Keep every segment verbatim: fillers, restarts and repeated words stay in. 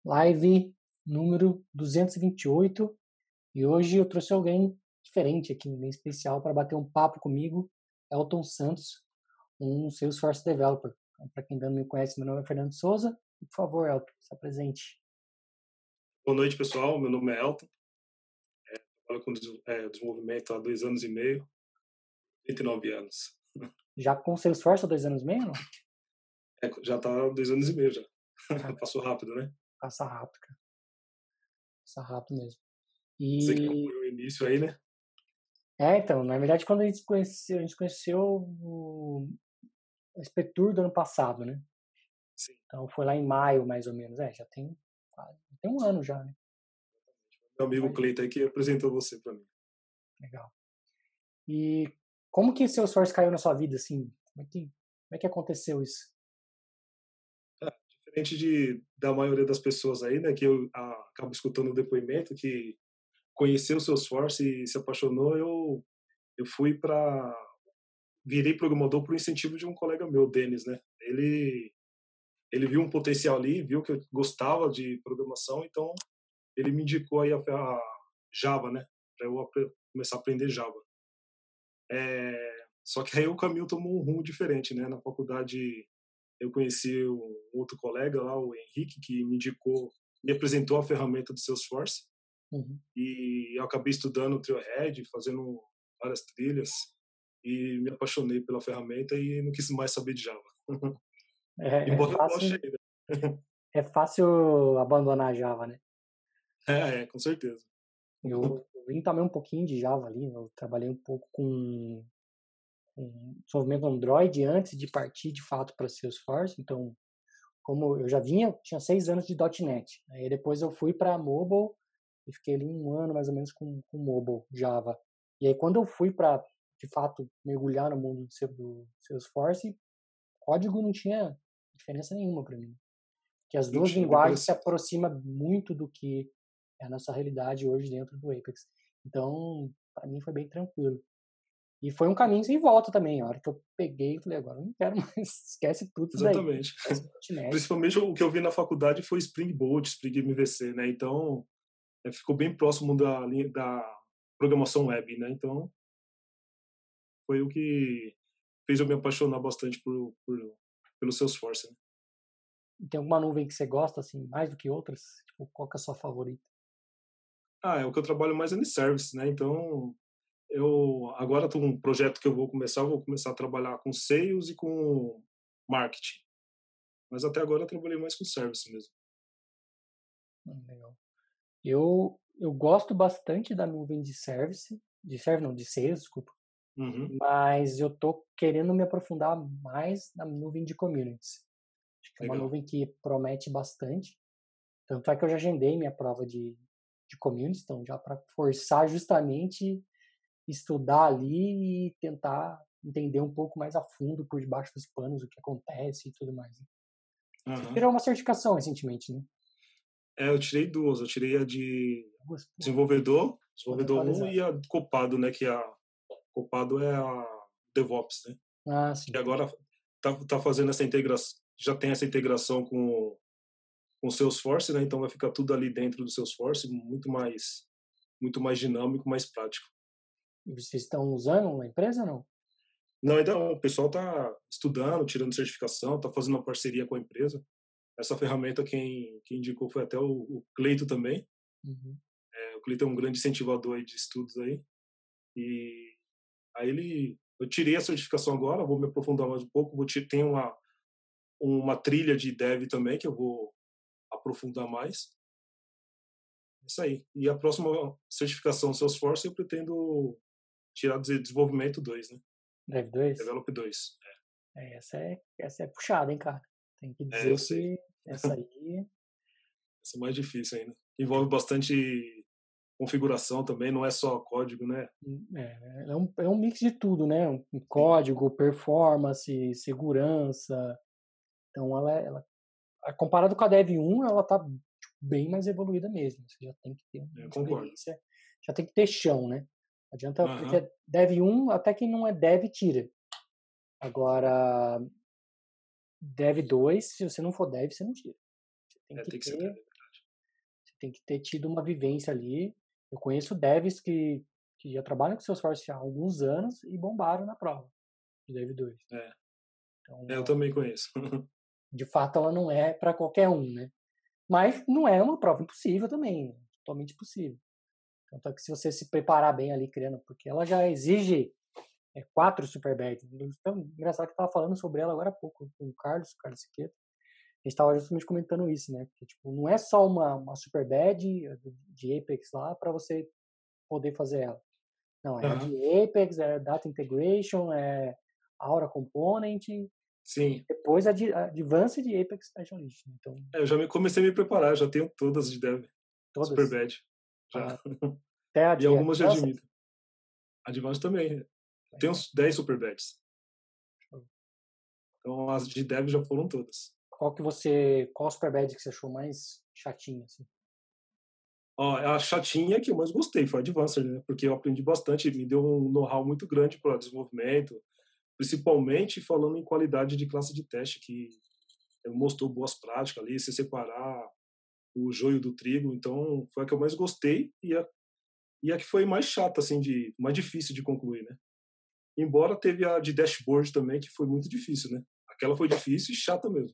Live número duzentos e vinte e oito, e hoje eu trouxe alguém diferente aqui, bem especial, para bater um papo comigo, Elton Santos, um Salesforce Developer. Então, para quem ainda não me conhece, meu nome é Fernando Souza. Por favor, Elton, se apresente. Boa noite, pessoal. Meu nome é Elton. É, trabalho com des- é, desenvolvimento há dois anos e meio, vinte e nove anos. Já com Salesforce há dois anos e meio, não? É, já está há dois anos e meio já. Cara, Passou rápido, né? passa rápido, cara. Passa rápido mesmo. Você que E, acompanhou o início aí, né? é, então, na verdade, quando a gente se conheceu, a gente se conheceu no Spetur do ano passado, né? Sim. Então, foi lá em maio, mais ou menos. É, já tem, quase- tem um ano já, né? Meu amigo Mas, Cleiton aí que apresentou você para mim. legal. E como que Salesforce caiu na sua vida, assim? Como é que, como é que aconteceu isso? Ah, diferente de, da maioria das pessoas aí, né? Que eu ah, acabo escutando o depoimento, que conheceu o Salesforce e se apaixonou, eu, eu fui para... Virei programador por incentivo de um colega meu, Denis, né? Ele, ele viu um potencial ali, viu que eu gostava de programação, então ele me indicou aí a, a Java, né? Para eu apre- começar a aprender Java. É, só que aí o caminho tomou um rumo diferente, né? Na faculdade eu conheci um outro colega lá, o Henrique, que me indicou, me apresentou a ferramenta do Salesforce Uhum. e eu acabei estudando o Trailhead, fazendo várias trilhas e me apaixonei pela ferramenta e não quis mais saber de Java. É, é Embora eu goste fácil, ainda. é fácil abandonar a Java, né? É, é, com certeza. Eu, eu vim também um pouquinho de Java ali, eu trabalhei um pouco com, com desenvolvimento Android antes de partir de fato para Salesforce, então como eu já vinha, tinha seis anos de .NET, aí depois eu fui para mobile e fiquei ali um ano mais ou menos com, com mobile, Java. E aí quando eu fui para, de fato, mergulhar no mundo do, do Salesforce, código não tinha diferença nenhuma para mim. Que as Não duas tinha, bem linguagens se parecido. aproximam muito do que é a nossa realidade hoje dentro do Apex. Então, para mim foi bem tranquilo. E foi um caminho sem volta também. A hora que eu peguei, eu falei, agora eu não quero mais, esquece tudo isso daí. Exatamente. Esquece o .NET. Principalmente o que eu vi na faculdade foi Spring Boot, Spring M V C, né? Então, é, ficou bem próximo da linha da programação web, né? Então, foi o que fez eu me apaixonar bastante por, por pelo Salesforce, né? Tem alguma nuvem que você gosta, assim, mais do que outras? Tipo, qual que é a sua favorita? Ah, é o que eu trabalho mais é no service, né? Então, eu agora tô com um projeto que eu vou começar, eu vou começar a trabalhar com sales e com marketing. Mas até agora eu trabalhei mais com service mesmo. Hum, legal. Eu, eu gosto bastante da nuvem de service, de service não, de sales, desculpa, Uhum, mas eu tô querendo me aprofundar mais na nuvem de communities. Acho que é uma legal. nuvem que promete bastante. Tanto é que eu já agendei minha prova de, de communities, então já para forçar justamente estudar ali e tentar entender um pouco mais a fundo por debaixo dos panos o que acontece e tudo mais. Você Aham. tirou uma certificação recentemente, né? É, eu tirei duas. Eu tirei a de Duas, pô, desenvolvedor, pode desenvolvedor um atualizar. e a Copado, né? Que é a Copado é a DevOps, né? Ah, sim, Que entendi. agora tá, tá fazendo essa integração, já tem essa integração com com o Salesforce, né? Então vai ficar tudo ali dentro do Salesforce, muito mais muito mais dinâmico, mais prático. E vocês estão usando na empresa ou não? Não, ainda o pessoal tá estudando, tirando certificação, tá fazendo uma parceria com a empresa. Essa ferramenta quem, quem indicou foi até o, o Cleito também. Uhum. É, o Cleito é um grande incentivador aí de estudos aí. E aí ele, eu tirei a certificação agora, vou me aprofundar mais um pouco, vou ter, tem uma uma trilha de dev também que eu vou aprofundar mais. É isso aí. E a próxima certificação Salesforce eu pretendo tirar de desenvolvimento dois, né? Dev dois? Develop dois. É, essa é, essa é puxada, hein, cara? Tem que É, é, eu dizer sei. que essa aí Essa é mais difícil ainda. Envolve bastante configuração também, não é só código, né? é, é, um, é um mix de tudo, né? Um, um Sim, código, performance, segurança. Então, ela, ela comparado com a Dev um, ela tá tipo, bem mais evoluída mesmo. Você já tem que ter uma eu concordo. experiência, já tem que ter chão, né? Não adianta, Aham. porque Dev um, até quem não é Dev, tira. Agora, Dev dois, se você não for Dev, você não tira. Você tem É, que tem que ser ter dev. tem que ter tido uma vivência ali. Eu conheço devs que, que já trabalham com Salesforce há alguns anos e bombaram na prova de Dev dois. É, Então, é, eu ela, também conheço. de fato, ela não é para qualquer um, né? Mas não é uma prova impossível também, né? Totalmente possível. Tanto é que se você se preparar bem ali, criando, porque ela já exige é, quatro super badges. Então, engraçado que eu tava falando sobre ela agora há pouco com o Carlos, o Carlos Siqueira. A gente estava justamente comentando isso, né? Porque, tipo, não é só uma, uma super badge de Apex lá para você poder fazer ela. Não, é a de Aham, Apex, é Data Integration, é Aura Component, sim. depois a de a Advanced Apex Specialist. Então, É, eu já me, comecei a me preparar, já tenho todas de Dev, Super todas, Bad, já. a- até a E de algumas de Advanced. Admito. Advanced também. Tem uns dez Super Bads. Então as de Dev já foram todas. Qual que você, qual super bad que você achou mais chatinho, assim? Ó, a chatinha que eu mais gostei foi a Advanced, né? Porque eu aprendi bastante, me deu um know-how muito grande para desenvolvimento, principalmente falando em qualidade de classe de teste, que mostrou boas práticas ali, se separar o joio do trigo. Então foi a que eu mais gostei e a, e a que foi mais chata, assim, de mais difícil de concluir, né? Embora teve a de dashboard também, que foi muito difícil, né? Aquela foi difícil e chata mesmo.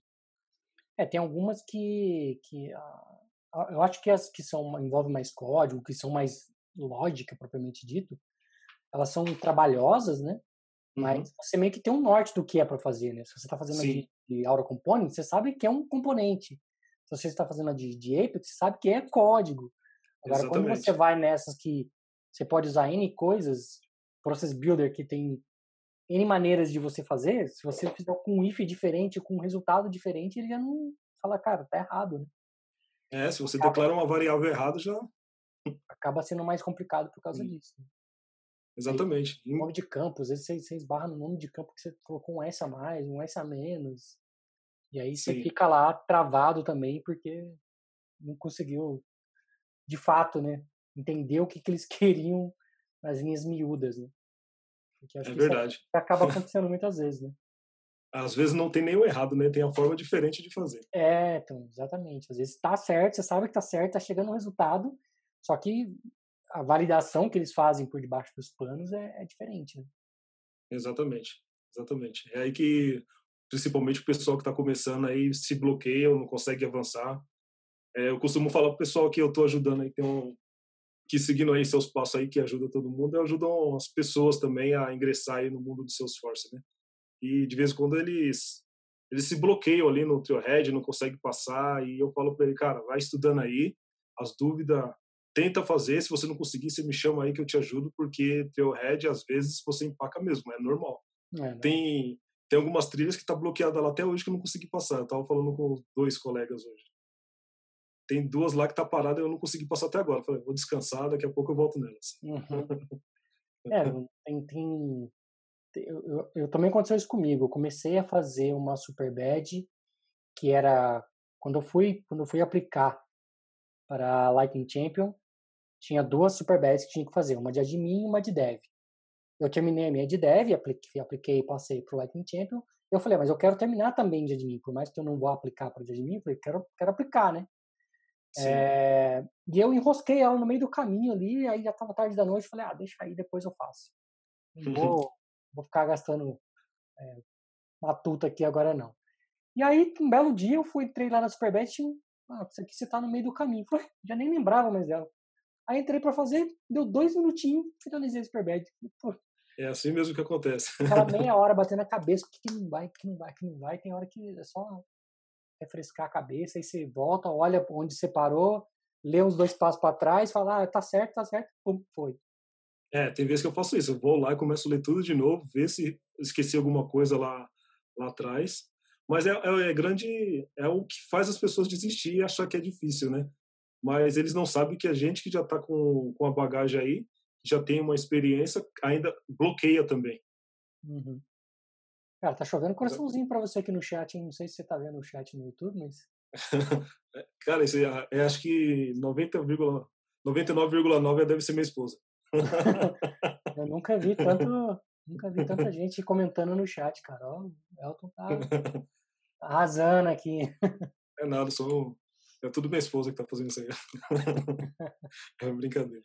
É, tem algumas que, que ah, ah, eu acho que as que são envolvem mais código, que são mais lógica propriamente dito, elas são trabalhosas, né? Uhum. Mas você meio que tem um norte do que é para fazer, né? Se você está fazendo a de, Sim, de Aura Component, você sabe que é um componente. Se você está fazendo a de, de Apex, você sabe que é código. Agora, quando você exatamente. vai nessas que você pode usar N coisas, Process Builder que tem N maneiras de você fazer, se você fizer com um if diferente, com um resultado diferente, ele já não fala, cara, tá errado, né? É, se você Acaba, declara uma variável errada, já. acaba sendo mais complicado por causa Hum, disso. Né? Aí, exatamente. Hum, nome de campo, às vezes você, você esbarra no nome de campo que você colocou um S a mais, um S a menos, e aí você sim, fica lá travado também, porque não conseguiu, de fato, né, entender o que, que eles queriam nas linhas miúdas, né? Porque acho é que isso verdade. acaba acontecendo muitas vezes, né? Às vezes não tem nem o errado, né? Tem a forma diferente de fazer. É, então, exatamente. Às vezes tá certo, você sabe que tá certo, tá chegando um resultado, só que a validação que eles fazem por debaixo dos panos é, é diferente, né? Exatamente. Exatamente. É aí que, principalmente o pessoal que está começando aí, se bloqueia ou não consegue avançar. É, eu costumo falar pro pessoal que eu estou ajudando aí, tem um, que seguindo aí seus passos aí, que ajuda todo mundo, ajudam as pessoas também a ingressar aí no mundo do Salesforce, né? E de vez em quando eles eles se bloqueiam ali no Trailhead, não conseguem passar, e eu falo para ele, cara, vai estudando aí, as dúvidas, tenta fazer, se você não conseguir, você me chama aí que eu te ajudo, porque Trailhead, às vezes, você empaca mesmo, é normal. É, normal. Tem, tem algumas trilhas que tá bloqueada lá até hoje que eu não consegui passar, eu tava falando com dois colegas hoje. Tem duas lá que tá parada e eu não consegui passar até agora. Eu falei, vou descansar, daqui a pouco eu volto nelas. Uhum. É, tem, tem, eu, eu, eu também aconteceu isso comigo. Eu comecei a fazer uma super bad que era quando eu fui, quando eu fui aplicar para Lightning Champion, tinha duas super bads que tinha que fazer, uma de admin e uma de dev. Eu terminei a minha de dev, apliquei, apliquei e passei para o Lightning Champion. Eu falei, mas eu quero terminar também de admin, por mais que eu não vou aplicar para de admin, eu falei, quero, quero aplicar, né? Sim. É, e eu enrosquei ela no meio do caminho ali, aí já estava tarde da noite, falei, ah, deixa aí, depois eu faço. Não vou, vou ficar gastando matuta aqui agora não. E aí, um belo dia, eu fui, entrei lá na Superbet e, ah, isso aqui você tá no meio do caminho. Falei, já nem lembrava mais dela. Aí entrei pra fazer, deu dois minutinhos, finalizei a Superbet. Pô, É assim mesmo que acontece. aquela meia hora batendo a cabeça, o que, que não vai, o que não vai, o que não vai. Tem hora que é só refrescar a cabeça, aí você volta, olha onde você parou, lê uns dois passos para trás, fala, ah, tá certo, tá certo, pum, foi. É, tem vezes que eu faço isso. Eu vou lá e começo a ler tudo de novo, ver se esqueci alguma coisa lá, lá atrás. Mas é, é, é grande, é o que faz as pessoas desistir e achar que é difícil, né? Mas eles não sabem que a gente que já está com, com a bagagem aí, já tem uma experiência, ainda bloqueia também. Uhum. Cara, tá chovendo Exa- coraçãozinho pra você aqui no chat, hein? Não sei se você tá vendo o chat no YouTube, mas Cara, isso é, é, acho que noventa, noventa e nove vírgula nove deve ser minha esposa. eu nunca vi tanto, nunca vi tanta gente comentando no chat, cara. Ó, o Elton tá arrasando aqui. É nada, sou, É tudo minha esposa que tá fazendo isso aí. É brincadeira.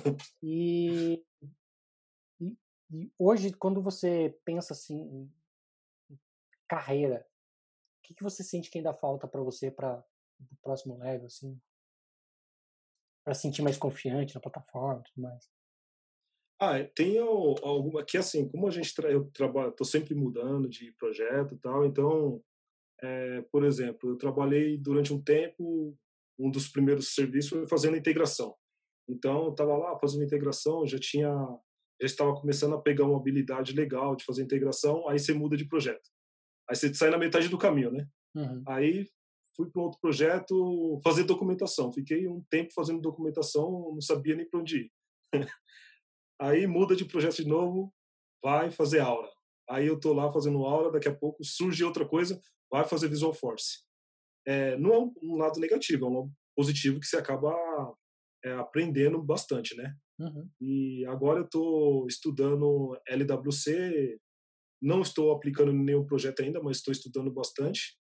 E, e, e hoje, quando você pensa assim em carreira, o que, que você sente que ainda falta para você para o próximo level, assim, para sentir mais confiante na plataforma e tudo mais? Ah, é, tem al alguma que assim, como a gente tra eu trabalho tô sempre mudando de projeto e tal, então, eh, por exemplo, eu trabalhei durante um tempo, um dos primeiros serviços foi fazendo integração. Então eu estava lá fazendo integração, já tinha já estava começando a pegar uma habilidade legal de fazer integração, aí você muda de projeto. Aí você sai na metade do caminho, né. Uhum. Aí fui para um outro projeto fazer documentação, fiquei um tempo fazendo documentação, não sabia nem para onde ir. Aí muda de projeto de novo, vai fazer aura. Aí eu tô lá fazendo aura, daqui a pouco surge outra coisa, vai fazer Visual Force. Eh, não é um um lado negativo, é um lado positivo que você acaba, eh, aprendendo bastante, né. Uhum. E agora eu tô estudando L W C, não estou aplicando em nenhum projeto ainda, mas estou estudando bastante.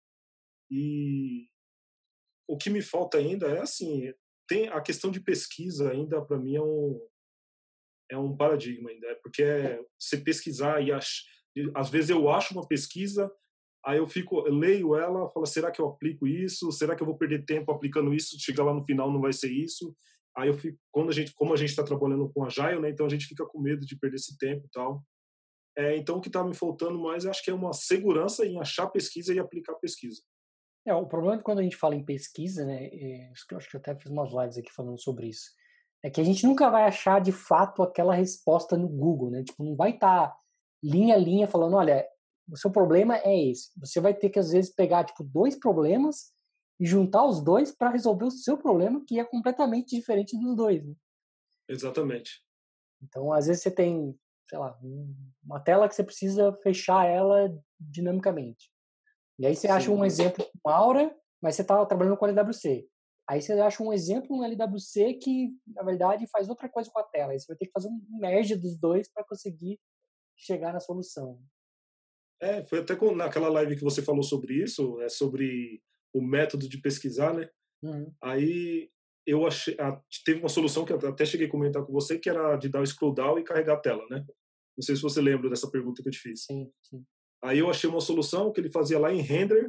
E o que me falta ainda é, assim, tem a questão de pesquisa ainda para mim é um é um paradigma ainda, é porque é você pesquisar e ach e às vezes eu acho uma pesquisa, aí eu fico eu leio ela, falo: "Será que eu aplico isso? Será que eu vou perder tempo aplicando isso? Chegar lá no final não vai ser isso?". Aí eu fico quando a gente como a gente está trabalhando com Agile, né, então a gente fica com medo de perder esse tempo e tal. É, então o que está me faltando mais, acho que é uma segurança em achar pesquisa e aplicar pesquisa. É, o problema é que quando a gente fala em pesquisa, né, eh, acho que eu acho que eu até fiz umas lives aqui falando sobre isso, é que a gente nunca vai achar de fato aquela resposta no Google, né? Tipo, não vai estar linha a linha falando, olha, o seu problema é esse. Você vai ter que às vezes pegar tipo dois problemas e juntar os dois para resolver o seu problema, que é completamente diferente dos dois, né? Exatamente. Então, às vezes você tem, sei lá, um- uma tela que você precisa fechar ela dinamicamente. E aí você acha Sim. um exemplo com Aura, mas você está trabalhando com L W C. Aí você acha um exemplo no L W C que, na verdade, faz outra coisa com a tela. Aí você vai ter que fazer um merge dos dois para conseguir chegar na solução. É, foi até com naquela live que você falou sobre isso, é sobre o método de pesquisar, né. Uhum. Aí eu achei a teve uma solução que eu até cheguei a comentar com você, que era de dar o scroll down e carregar a tela, né. Não sei se você lembra dessa pergunta que eu te fiz. Sim, sim. Aí eu achei uma solução que ele fazia lá em render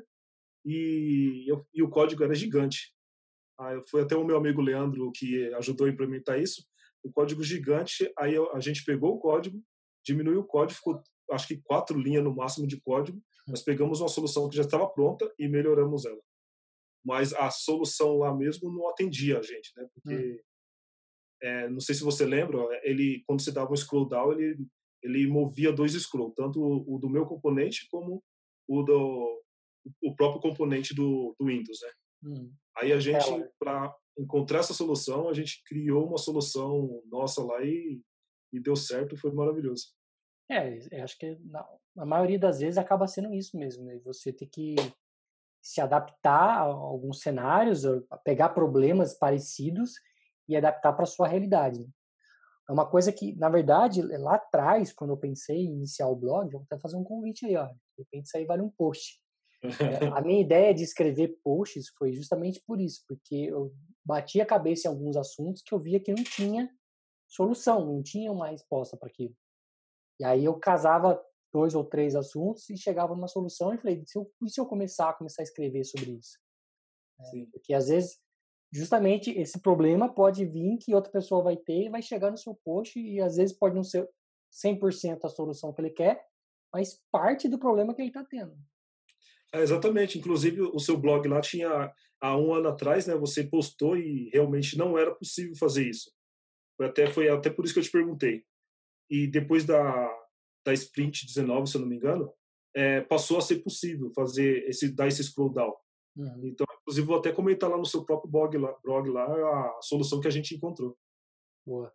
e eu e o código era gigante. Aí foi até o meu amigo Leandro que ajudou a implementar isso, o código gigante, aí eu a gente pegou o código, diminuiu o código, ficou acho que quatro linhas no máximo de código, nós pegamos uma solução que já estava pronta e melhoramos ela. Mas a solução lá mesmo não atendia a gente, né, Uhum. porque, eh, não sei se você lembra, ele quando você dava um scroll down, ele ele movia dois scroll, tanto o o do meu componente como o do o próprio componente do do Windows, né. Uhum. Aí a Tela, gente, né? para encontrar essa solução, a gente criou uma solução nossa lá e e deu certo, foi maravilhoso. É, eu acho que na, a maioria das vezes acaba sendo isso mesmo, né? Você ter que se adaptar a alguns cenários, a pegar problemas parecidos e adaptar para sua realidade, né? É uma coisa que, na verdade, lá atrás, quando eu pensei em iniciar o blog, eu vou até fazer um convite aí, ó. De repente isso aí vale um post. É, a minha ideia de escrever posts foi justamente por isso, porque eu bati a cabeça em alguns assuntos que eu via que não tinha solução, não tinha uma resposta para aquilo. E aí eu casava dois ou três assuntos e chegava numa solução e falei, se eu, e se eu começar a começar a escrever sobre isso? Sim. Porque às vezes, justamente esse problema pode vir que outra pessoa vai ter e vai chegar no seu post e às vezes pode não ser cem por cento a solução que ele quer, mas parte do problema que ele está tendo. É, exatamente, inclusive o seu blog lá tinha há um ano atrás, né, você postou e realmente não era possível fazer isso. Foi até foi até por isso que eu te perguntei. E depois da da sprint dezenove, se eu não me engano, eh, passou a ser possível fazer esse dar esse scroll down. Uhum. Então, inclusive, vou até comentar lá no seu próprio blog lá blog lá a solução que a gente encontrou. Boa,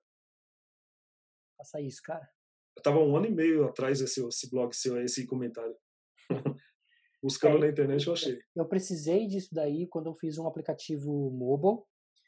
faça isso, cara. Eu estava um ano e meio atrás esse esse blog seu, esse comentário. Buscando É, na internet eu eu, achei. eu precisei disso daí quando eu fiz um aplicativo mobile.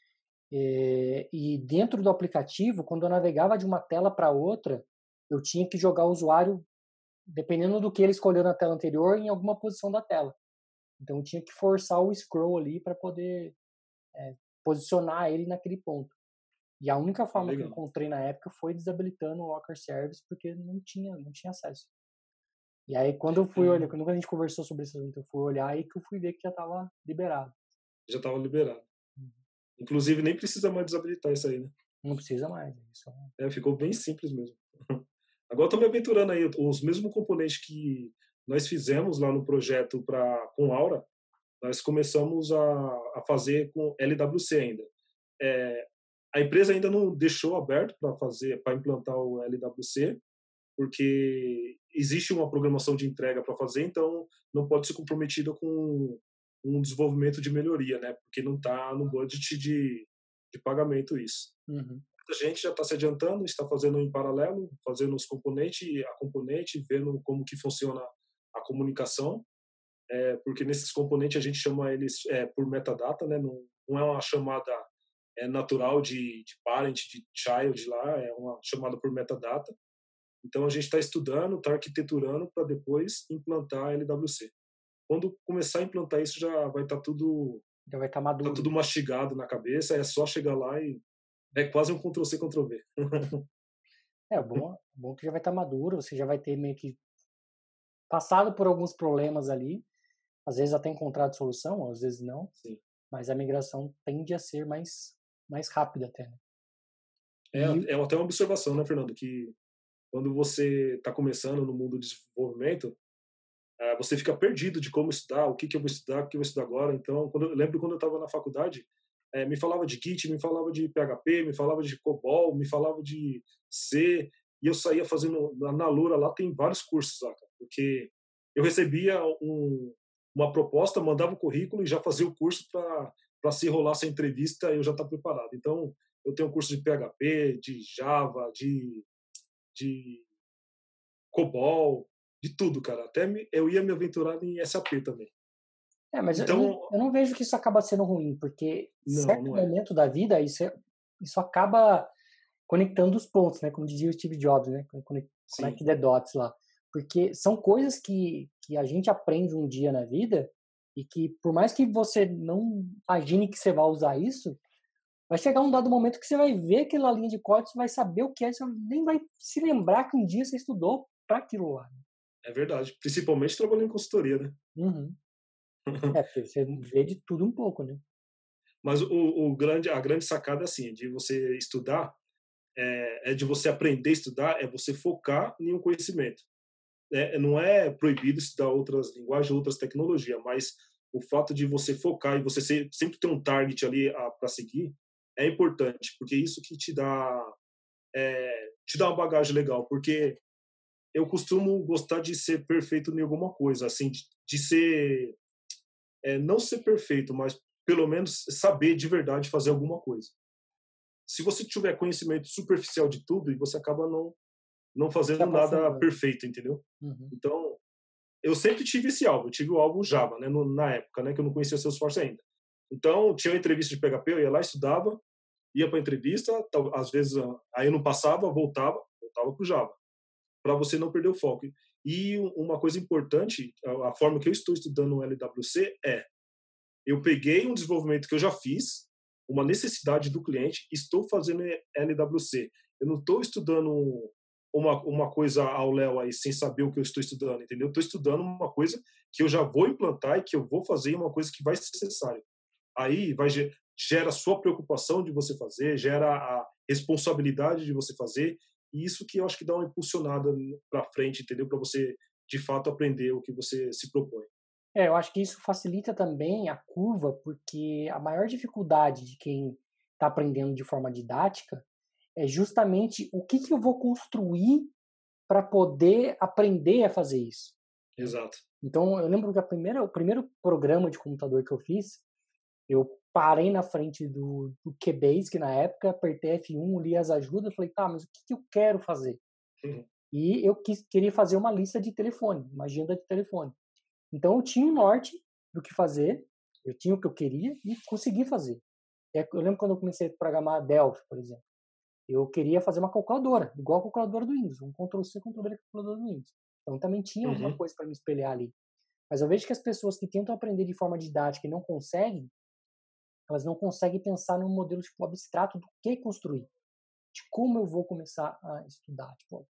É, e dentro do aplicativo, quando eu navegava de uma tela para outra, eu tinha que jogar o usuário, dependendo do que ele escolheu na tela anterior, em alguma posição da tela. Então eu tinha que forçar o scroll ali para poder. é, posicionar ele naquele ponto. E a única Ah, forma que eu legal. encontrei na época foi desabilitando o Locker Service, porque não tinha, não tinha acesso. E aí, quando eu fui olhar, Ah, quando a gente conversou sobre isso, eu fui olhar aí que eu fui ver que já estava liberado. já estava liberado. Inclusive, nem precisa mais desabilitar isso aí, né? Não precisa mais. Isso. É, ficou bem simples mesmo. Agora estou me aventurando aí, os mesmos componentes que nós fizemos lá no projeto pra, com Aura, nós começamos a, a fazer com L W C ainda. É, a empresa ainda não deixou aberto para fazer, para implantar o L W C, porque existe uma programação de entrega para fazer, então não pode ser comprometida com um desenvolvimento de melhoria, né? Porque não está no budget de, de pagamento isso. Uhum. A gente já está se adiantando, está fazendo em paralelo, fazendo os componentes, a componente, vendo como que funciona a comunicação, é, porque nesses componentes a gente chama eles é, por metadata, né? Não, não é uma chamada é, natural de, de parent, de child lá, é uma chamada por metadata. Então a gente está estudando, está arquiteturando para depois implantar a L W C. Quando começar a implantar isso já vai estar tá tudo Já vai estar tá maduro. tudo mastigado na cabeça, é só chegar lá e é quase um control C, control V. É bom, bom que já vai estar maduro, você já vai ter meio que passado por alguns problemas ali, às vezes até encontrado solução, às vezes não, Sim. mas a migração tende a ser mais, mais rápida até, né? É, E, é até uma observação, né, Fernando, que quando você está começando no mundo de desenvolvimento, eh, você fica perdido de como estudar, o que, que eu vou estudar, o que eu vou estudar agora. Então, quando, eu lembro quando eu estava na faculdade, eh, me falava de Git, me falava de P H P, me falava de COBOL, me falava de C, e eu saía fazendo, na, na Lura lá tem vários cursos, saca? Porque eu recebia um, uma proposta, mandava o currículo e já fazia o curso para se rolar essa entrevista, eu já estava preparado. Então, eu tenho um curso de P H P, de Java, de, de COBOL, de tudo, cara. Até me, eu ia me aventurar em S A P também. é, mas eu não, Então, eu não vejo que isso acaba sendo ruim, porque em não, certo não é. momento da vida isso, é, isso acaba conectando os pontos, né? Como dizia o Steve Jobs, né? Connect, Sim, connect the dots lá. Porque são coisas que, que a gente aprende um dia na vida e que, por mais que você não imagine que você vai usar isso, vai chegar um dado momento que você vai ver aquela linha de código, você vai saber o que é, você nem vai se lembrar que um dia você estudou para aquilo lá. é verdade. Principalmente trabalhando em consultoria, né? Uhum. É, porque você vê de tudo um pouco, né? Mas o, o grande, a grande sacada, assim, de você estudar, é, é de você aprender a estudar, é você focar em um conhecimento. É, não é proibido estudar outras linguagens, outras tecnologias, mas o fato de você focar e você ser, sempre ter um target ali para seguir é importante, porque isso que te dá, é, te dá uma bagagem legal, porque eu costumo gostar de ser perfeito em alguma coisa, assim, de, de ser, é, não ser perfeito, mas pelo menos saber de verdade fazer alguma coisa. Se você tiver conhecimento superficial de tudo, e você acaba não não Se fazendo nada aprofundando. perfeito, entendeu? Uhum. Então, eu sempre tive esse álbum, eu tive o álbum Java, né, no, na época, né, que eu não conhecia Salesforce ainda. Então, tinha uma entrevista de P H P, eu ia lá, estudava, ia para a entrevista, tal, às vezes aí eu não passava, voltava, voltava para o Java, para você não perder o foco. E uma coisa importante, a, a forma que eu estou estudando o L W C é, eu peguei um desenvolvimento que eu já fiz, uma necessidade do cliente, estou fazendo L W C. Eu não estou estudando uma, uma coisa ao léu aí sem saber o que eu estou estudando, entendeu? Estou estudando uma coisa que eu já vou implantar e que eu vou fazer, uma coisa que vai ser necessária. Aí vai gera a sua preocupação de você fazer, gera a responsabilidade de você fazer, e isso que eu acho que dá uma impulsionada para frente, entendeu? Para você de fato aprender o que você se propõe. É, eu acho que isso facilita também a curva, porque a maior dificuldade de quem está aprendendo de forma didática é justamente o que, que eu vou construir para poder aprender a fazer isso. Né? Exato. Então, eu lembro que a primeira, o primeiro programa de computador que eu fiz, eu parei na frente do, do QBasic na época, apertei F um, li as ajudas, falei, tá, mas o que, que eu quero fazer? Uhum. E eu quis, queria fazer uma lista de telefone, uma agenda de telefone. Então eu tinha um norte do que fazer, eu tinha o que eu queria e consegui fazer. Eu lembro quando eu comecei a programar Delphi, por exemplo. Eu queria fazer uma calculadora, igual a calculadora do Windows, um control C, control V calculadora do Windows. Então também tinha alguma Uhum. coisa para me espelhar ali. Mas eu vejo que as pessoas que tentam aprender de forma didática e não conseguem, Elas não conseguem pensar num modelo tipo abstrato do que construir, de como eu vou começar a estudar, tipo,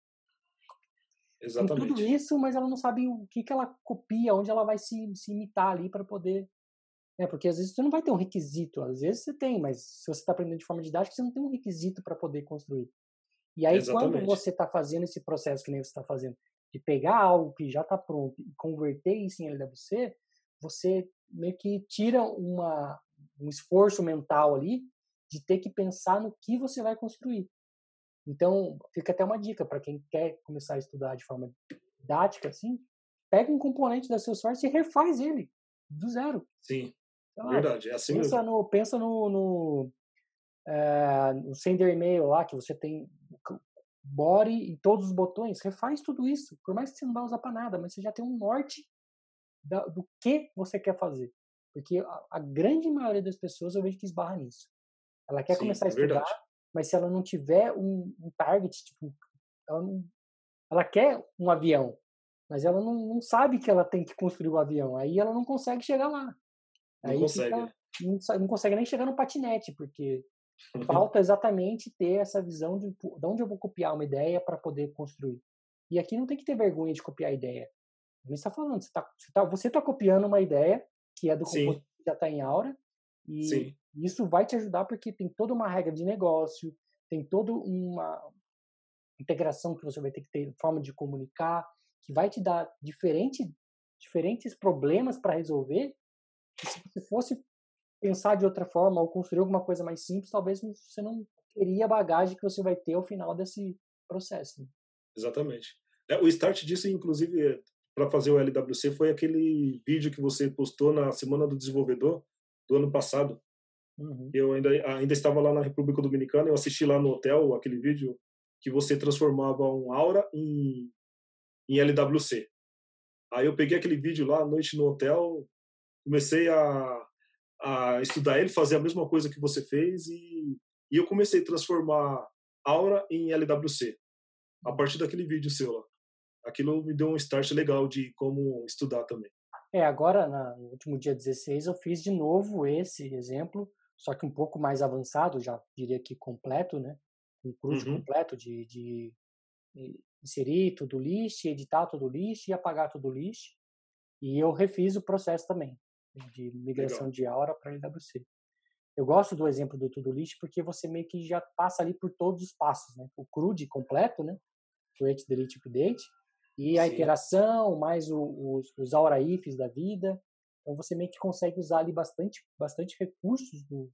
tem tudo Exatamente. isso, mas ela não sabe o que que ela copia, onde ela vai se se imitar ali para poder, né, porque às vezes você não vai ter um requisito, às vezes você tem, mas se você está aprendendo de forma didática, você não tem um requisito para poder construir. E aí quando Exatamente. você está fazendo esse processo que nem você está fazendo, de pegar algo que já está pronto e converter isso em L W C, você meio que tira uma um esforço mental ali, de ter que pensar no que você vai construir. Então, fica até uma dica para quem quer começar a estudar de forma didática, assim, pega um componente da Salesforce e refaz ele, do zero. Sim, Sei lá, verdade, é assim mesmo. pensa no pensa no no, eh, no sender e-mail lá, que você tem o body e todos os botões, refaz tudo isso, por mais que você não vá usar para nada, mas você já tem um norte da do que você quer fazer. Porque a a grande maioria das pessoas eu vejo que esbarra nisso. Ela quer Sim, começar a é estudar, verdade. mas se ela não tiver um um target, tipo, ela não ela quer um avião, mas ela não não sabe que ela tem que construir o avião, aí ela não consegue chegar lá. Não Aí consegue, fica é. não sa não consegue nem chegar no patinete, porque falta exatamente ter essa visão de po da onde eu vou copiar uma ideia para poder construir. E aqui não tem que ter vergonha de copiar a ideia. Nem está falando, você está você tá você tá copiando uma ideia, que é do composto Sim, que já está em Aura, e sim, isso vai te ajudar, porque tem toda uma regra de negócio, tem toda uma integração que você vai ter que ter, forma de comunicar, que vai te dar diferente diferentes problemas para resolver, que se você fosse pensar de outra forma ou construir alguma coisa mais simples, talvez você não teria a bagagem que você vai ter ao final desse processo, né. exatamente. É, o start disso, inclusive, para fazer o L W C foi aquele vídeo que você postou na Semana do Desenvolvedor do ano passado. Uhum. Eu ainda ainda estava lá na República Dominicana, eu assisti lá no hotel aquele vídeo que você transformava um Aura em em L W C. Aí eu peguei aquele vídeo lá à noite no hotel, comecei a a estudar ele, fazer a mesma coisa que você fez e e eu comecei a transformar Aura em L W C, a partir daquele vídeo seu lá. Aquilo me deu um start legal de como estudar também. É, agora na no último dia dezesseis eu fiz de novo esse exemplo, só que um pouco mais avançado, já diria que completo, né, um CRUD Uhum, completo de de i inserir to do list, editar to do list e apagar to do list, e eu refiz o processo também, de migração legal. de Aura para L W C. Eu gosto do exemplo do to do list, porque você meio que já passa ali por todos os passos, né, o CRUD completo, né, create, delete, update, e a Sim, iteração, mais o os os aura ifs da vida. Então você meio que consegue usar ali bastante bastante recursos do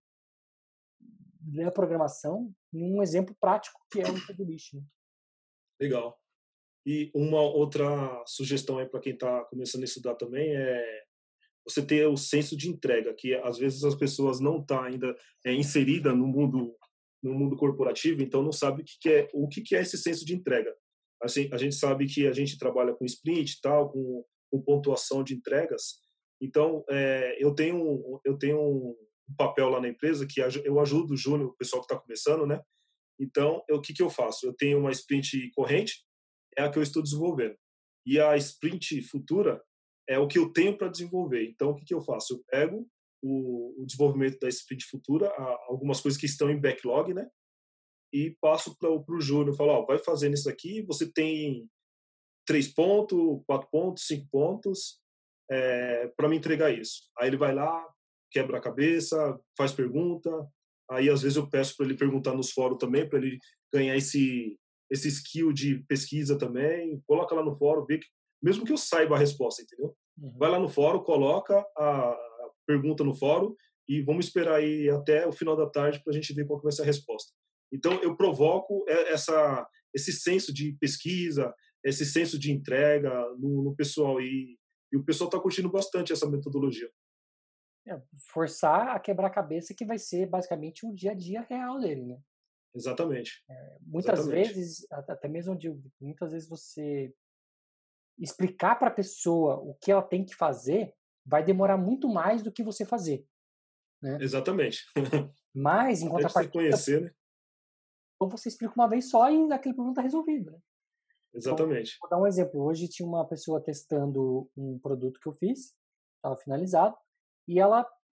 da programação num exemplo prático que é o to do list, né. legal. E uma outra sugestão aí para quem está começando a estudar também é você ter o senso de entrega, que às vezes as pessoas não tá ainda é, inserida no mundo no mundo corporativo, então não sabe o que, que é o que, que é esse senso de entrega. Assim, a gente sabe que a gente trabalha com sprint e tal, com, com pontuação de entregas. Então, é, eu tenho um- eu tenho um papel lá na empresa que aju- eu ajudo o júnior, o pessoal que está começando, né? Então, eu- o que, que eu faço? Eu tenho uma sprint corrente, é a que eu estou desenvolvendo. E a sprint futura é o que eu tenho para desenvolver. Então, o que, que eu faço? Eu pego o, o desenvolvimento da sprint futura, a, algumas coisas que estão em backlog, né? E passo para o júnior, falo, ó, vai fazendo isso aqui, você tem três pontos, quatro pontos, cinco pontos, é, para me entregar isso. Aí ele vai lá, quebra a cabeça, faz pergunta, aí às vezes eu peço para ele perguntar nos fóruns também, para ele ganhar esse esse skill de pesquisa também, coloca lá no fórum, vê que, mesmo que eu saiba a resposta, entendeu? Vai Uhum. lá no fórum, coloca a pergunta no fórum e vamos esperar aí até o final da tarde para a gente ver qual que vai ser a resposta. Então eu provoco essa esse senso de pesquisa, esse senso de entrega no, no pessoal e, e o pessoal está curtindo bastante essa metodologia. É, forçar a quebrar a cabeça que vai ser basicamente o dia a dia real dele, né. Exatamente, Muitas exatamente, vezes, a até mesmo eu digo, muitas vezes você explicar para a pessoa o que ela tem que fazer, vai demorar muito mais do que você fazer, né. exatamente. Mas, em Até de você contrapartida, conhecer, né? ou você explica uma vez só e aquele problema está resolvido, né. Então, Exatamente. vou dar um exemplo, hoje tinha uma pessoa testando um produto que eu fiz, estava finalizado, e ela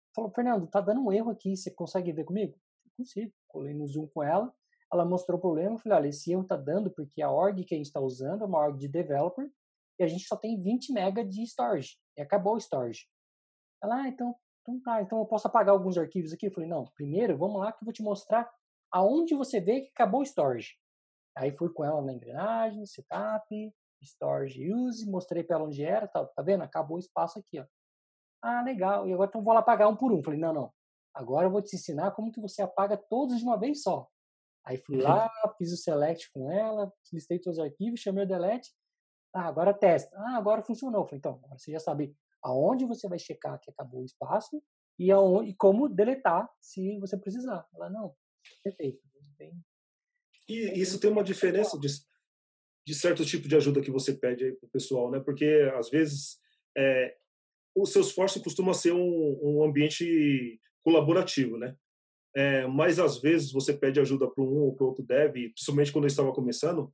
falou, Fernando, tá dando um erro aqui, você consegue ver comigo? Eu consigo. Colei no Zoom com ela, ela mostrou o problema, eu falei, olha, esse erro tá dando porque a org que a gente está usando é uma org de developer e a gente só tem vinte mega de storage, e acabou o storage. Ela, ah, então, então tá, então eu posso apagar alguns arquivos aqui? Eu falei, não, primeiro vamos lá que eu vou te mostrar aonde você vê que acabou o storage. Aí fui com ela na engrenagem, setup, storage use, mostrei para ela onde era, tá, tá vendo? Acabou o espaço aqui, ó. Ah, legal. E agora então vou lá apagar um por um. Falei, não, não. Agora eu vou te ensinar como que você apaga todos de uma vez só. Aí fui lá, fiz o select com ela, listei todos os arquivos, chamei o delete. Ah, agora testa. Ah, agora funcionou. Falei, então, agora você já sabe aonde você vai checar que acabou o espaço e, aonde, e como deletar se você precisar. Ela, não, perfeito. Bem, E bem, isso tem uma diferença de, de certo tipo de ajuda que você pede aí para o pessoal, né? Porque às vezes é, o Salesforce costuma ser um, um ambiente colaborativo, né? É, mas às vezes você pede ajuda para um ou para outro dev, principalmente quando eu estava começando,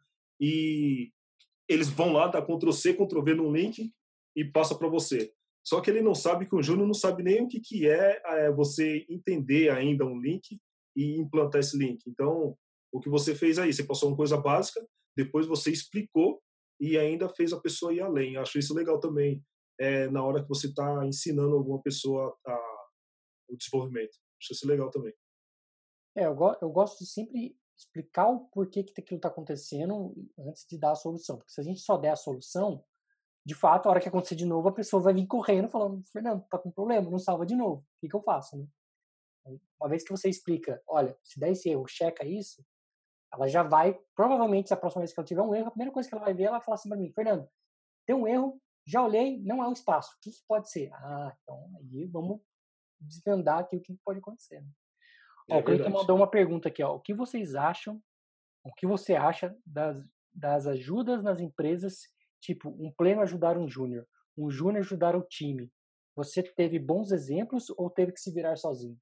e eles vão lá, dá Ctrl C, Ctrl V no link e passa para você. Só que ele não sabe que o Júnior não sabe nem o que, que é, é você entender ainda um link e implantar esse link. Então, o que você fez aí? Você passou uma coisa básica, depois você explicou e ainda fez a pessoa ir além. Eu acho isso legal também, é, na hora que você está ensinando alguma pessoa a, o desenvolvimento. Acho isso legal também. É, eu, go eu gosto de sempre explicar o porquê que aquilo está acontecendo antes de dar a solução. Porque se a gente só der a solução, de fato, a hora que acontecer de novo, a pessoa vai vir correndo falando, Fernando, tá com problema, não salva de novo. O que, que eu faço, né? Uma vez que você explica, olha, se der esse erro, checa isso, ela já vai, provavelmente, se a próxima vez que ela tiver um erro, a primeira coisa que ela vai ver, ela vai falar assim para mim, Fernando, tem um erro, já olhei, não é um espaço. O que, que pode ser? Ah, então aí vamos desvendar aqui o que pode acontecer. Né? Ó, É o Cleiton verdade. mandou uma pergunta aqui, ó. O que vocês acham, o que você acha das, das ajudas nas empresas, tipo, um pleno ajudar um júnior, um júnior ajudar o time? Você teve bons exemplos ou teve que se virar sozinho?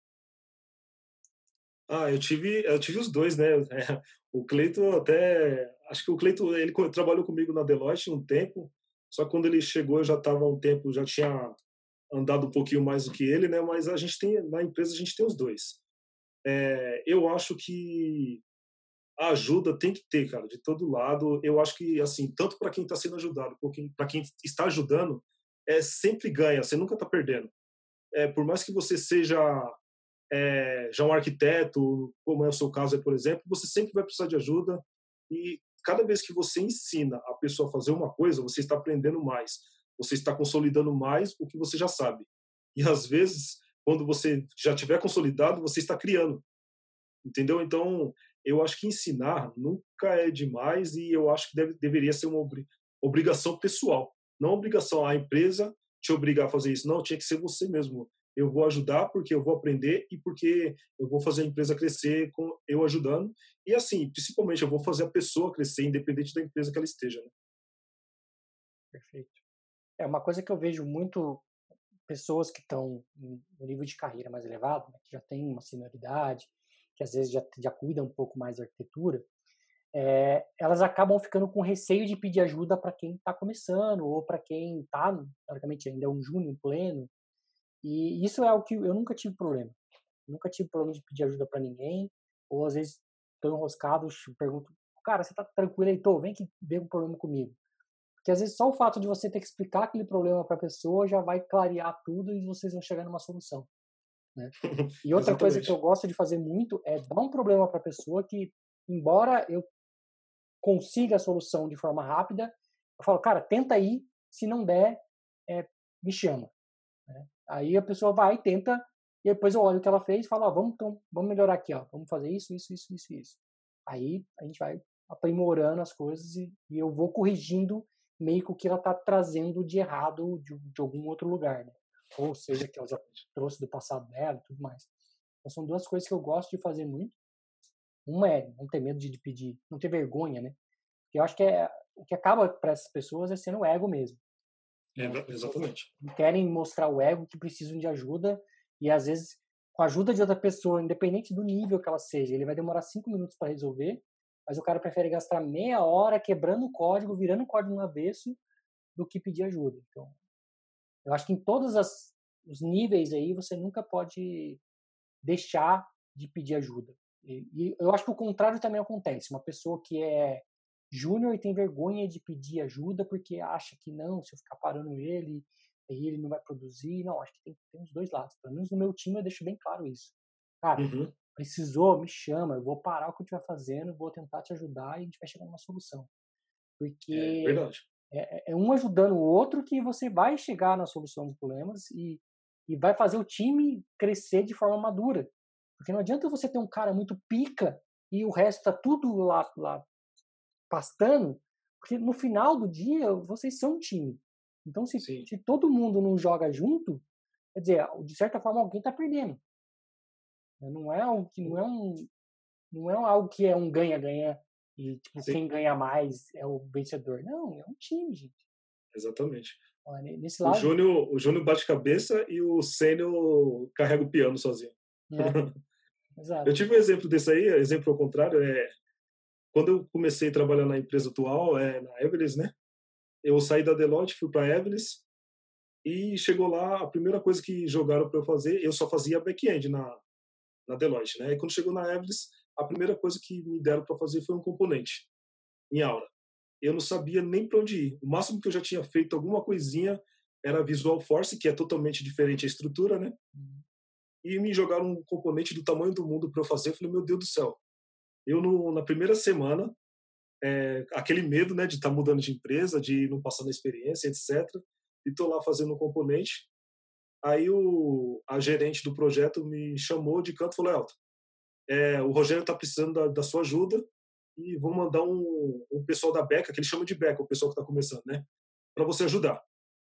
Ah, eu tive, eu tive os dois, né? É, o Cleito até, acho que o Cleito ele co- trabalhou comigo na Deloitte um tempo, só que quando ele chegou eu já estava há um tempo, já tinha andado um pouquinho mais do que ele, né? Mas a gente tem na empresa a gente tem os dois. É, eu acho que a ajuda tem que ter, cara, de todo lado. Eu acho que assim, tanto para quem está sendo ajudado, para quem está ajudando, é sempre ganha. Você nunca está perdendo. É, por mais que você seja é, já um arquiteto, como é o seu caso, por exemplo, você sempre vai precisar de ajuda e cada vez que você ensina a pessoa a fazer uma coisa, você está aprendendo mais, você está consolidando mais o que você já sabe. E às vezes, quando você já tiver consolidado, você está criando, entendeu? Então, eu acho que ensinar nunca é demais e eu acho que deve, deveria ser uma obri obrigação pessoal, não obrigação à empresa te obrigar a fazer isso, não, tinha que ser você mesmo. Eu vou ajudar porque eu vou aprender e porque eu vou fazer a empresa crescer com eu ajudando. E assim, principalmente, eu vou fazer a pessoa crescer, independente da empresa que ela esteja. Né? Perfeito. É uma coisa que eu vejo muito pessoas que estão em um nível de carreira mais elevado, né, que já tem uma senioridade, que às vezes já, já cuida um pouco mais da arquitetura, é, elas acabam ficando com receio de pedir ajuda para quem está começando ou para quem está, teoricamente, ainda é um júnior, um pleno. E isso é algo que eu nunca tive problema. Nunca tive problema de pedir ajuda para ninguém. Ou às vezes estou enroscado, pergunto, cara, você tá tranquilo aí? Tô, vem que vê um problema comigo. Porque às vezes só o fato de você ter que explicar aquele problema para a pessoa já vai clarear tudo e vocês vão chegar numa solução, né? E outra coisa que eu Exatamente. gosto de fazer muito é dar um problema para a pessoa que, embora eu consiga a solução de forma rápida, eu falo, cara, tenta aí, se não der, é, me chama. Né? Aí a pessoa vai, tenta, e depois eu olho o que ela fez e falo, ó, vamos, então, vamos melhorar aqui, ó, vamos fazer isso, isso, isso, isso, isso. Aí a gente vai aprimorando as coisas e, e eu vou corrigindo meio que o que ela está trazendo de errado de, de algum outro lugar, né? Ou seja, que ela já trouxe do passado dela e tudo mais. Então são duas coisas que eu gosto de fazer muito. Uma é não ter medo de, de pedir, não ter vergonha, né? Porque eu acho que é, o que acaba para essas pessoas é sendo o ego mesmo. É, Né? As pessoas exatamente. não querem mostrar o ego que precisam de ajuda e às vezes com a ajuda de outra pessoa, independente do nível que ela seja, ele vai demorar cinco minutos para resolver, mas o cara prefere gastar meia hora quebrando o código, virando o código no avesso, do que pedir ajuda. Então, eu acho que em todas as os níveis aí, você nunca pode deixar de pedir ajuda. E, e eu acho que o contrário também acontece. Uma pessoa que é júnior e tem vergonha de pedir ajuda porque acha que não, se eu ficar parando ele, aí ele não vai produzir. Não, acho que tem, tem os dois lados. Pelo menos no meu time eu deixo bem claro isso. Cara, Uhum. precisou, me chama, eu vou parar o que eu estiver fazendo, vou tentar te ajudar e a gente vai chegar numa solução. É Porque verdade. é, é um ajudando o outro que você vai chegar na solução dos problemas e, e vai fazer o time crescer de forma madura. Porque não adianta você ter um cara muito pica e o resto tá tudo lá, lá pastando, porque no final do dia vocês são um time. Então, se, Sim, se todo mundo não joga junto, quer dizer, de certa forma alguém está perdendo. Não é algo que não é um, não é algo que é um ganha-ganha e tipo sim, quem ganha mais é o vencedor. Não, é um time, gente. exatamente. Olha, nesse O lado, Júnior, o Júnior bate cabeça e o Sênior carrega o piano sozinho. né? Eu Exato. tive um exemplo desse aí, exemplo ao contrário, é quando eu comecei a trabalhar na empresa atual, é, na Everest, né? Eu saí da Deloitte, fui para a Everest e chegou lá, a primeira coisa que jogaram para eu fazer, eu só fazia back-end na, na Deloitte, né? E quando chegou na Everest, a primeira coisa que me deram para fazer foi um componente em Aura. Eu não sabia nem para onde ir. O máximo que eu já tinha feito alguma coisinha era Visual Force, que é totalmente diferente a estrutura, né? Uhum. E me jogaram um componente do tamanho do mundo para eu fazer. Eu falei, meu Deus do céu. Eu, no, na primeira semana, é, aquele medo, né, de estar tá mudando de empresa, de não passar na experiência, etcétera. E tô lá fazendo um componente. Aí o, a gerente do projeto me chamou de canto e falou, Elton, é, o Rogério está precisando da, da sua ajuda e vou mandar um, um pessoal da Beca, que ele chama de Beca, o pessoal que está começando, né, para você ajudar.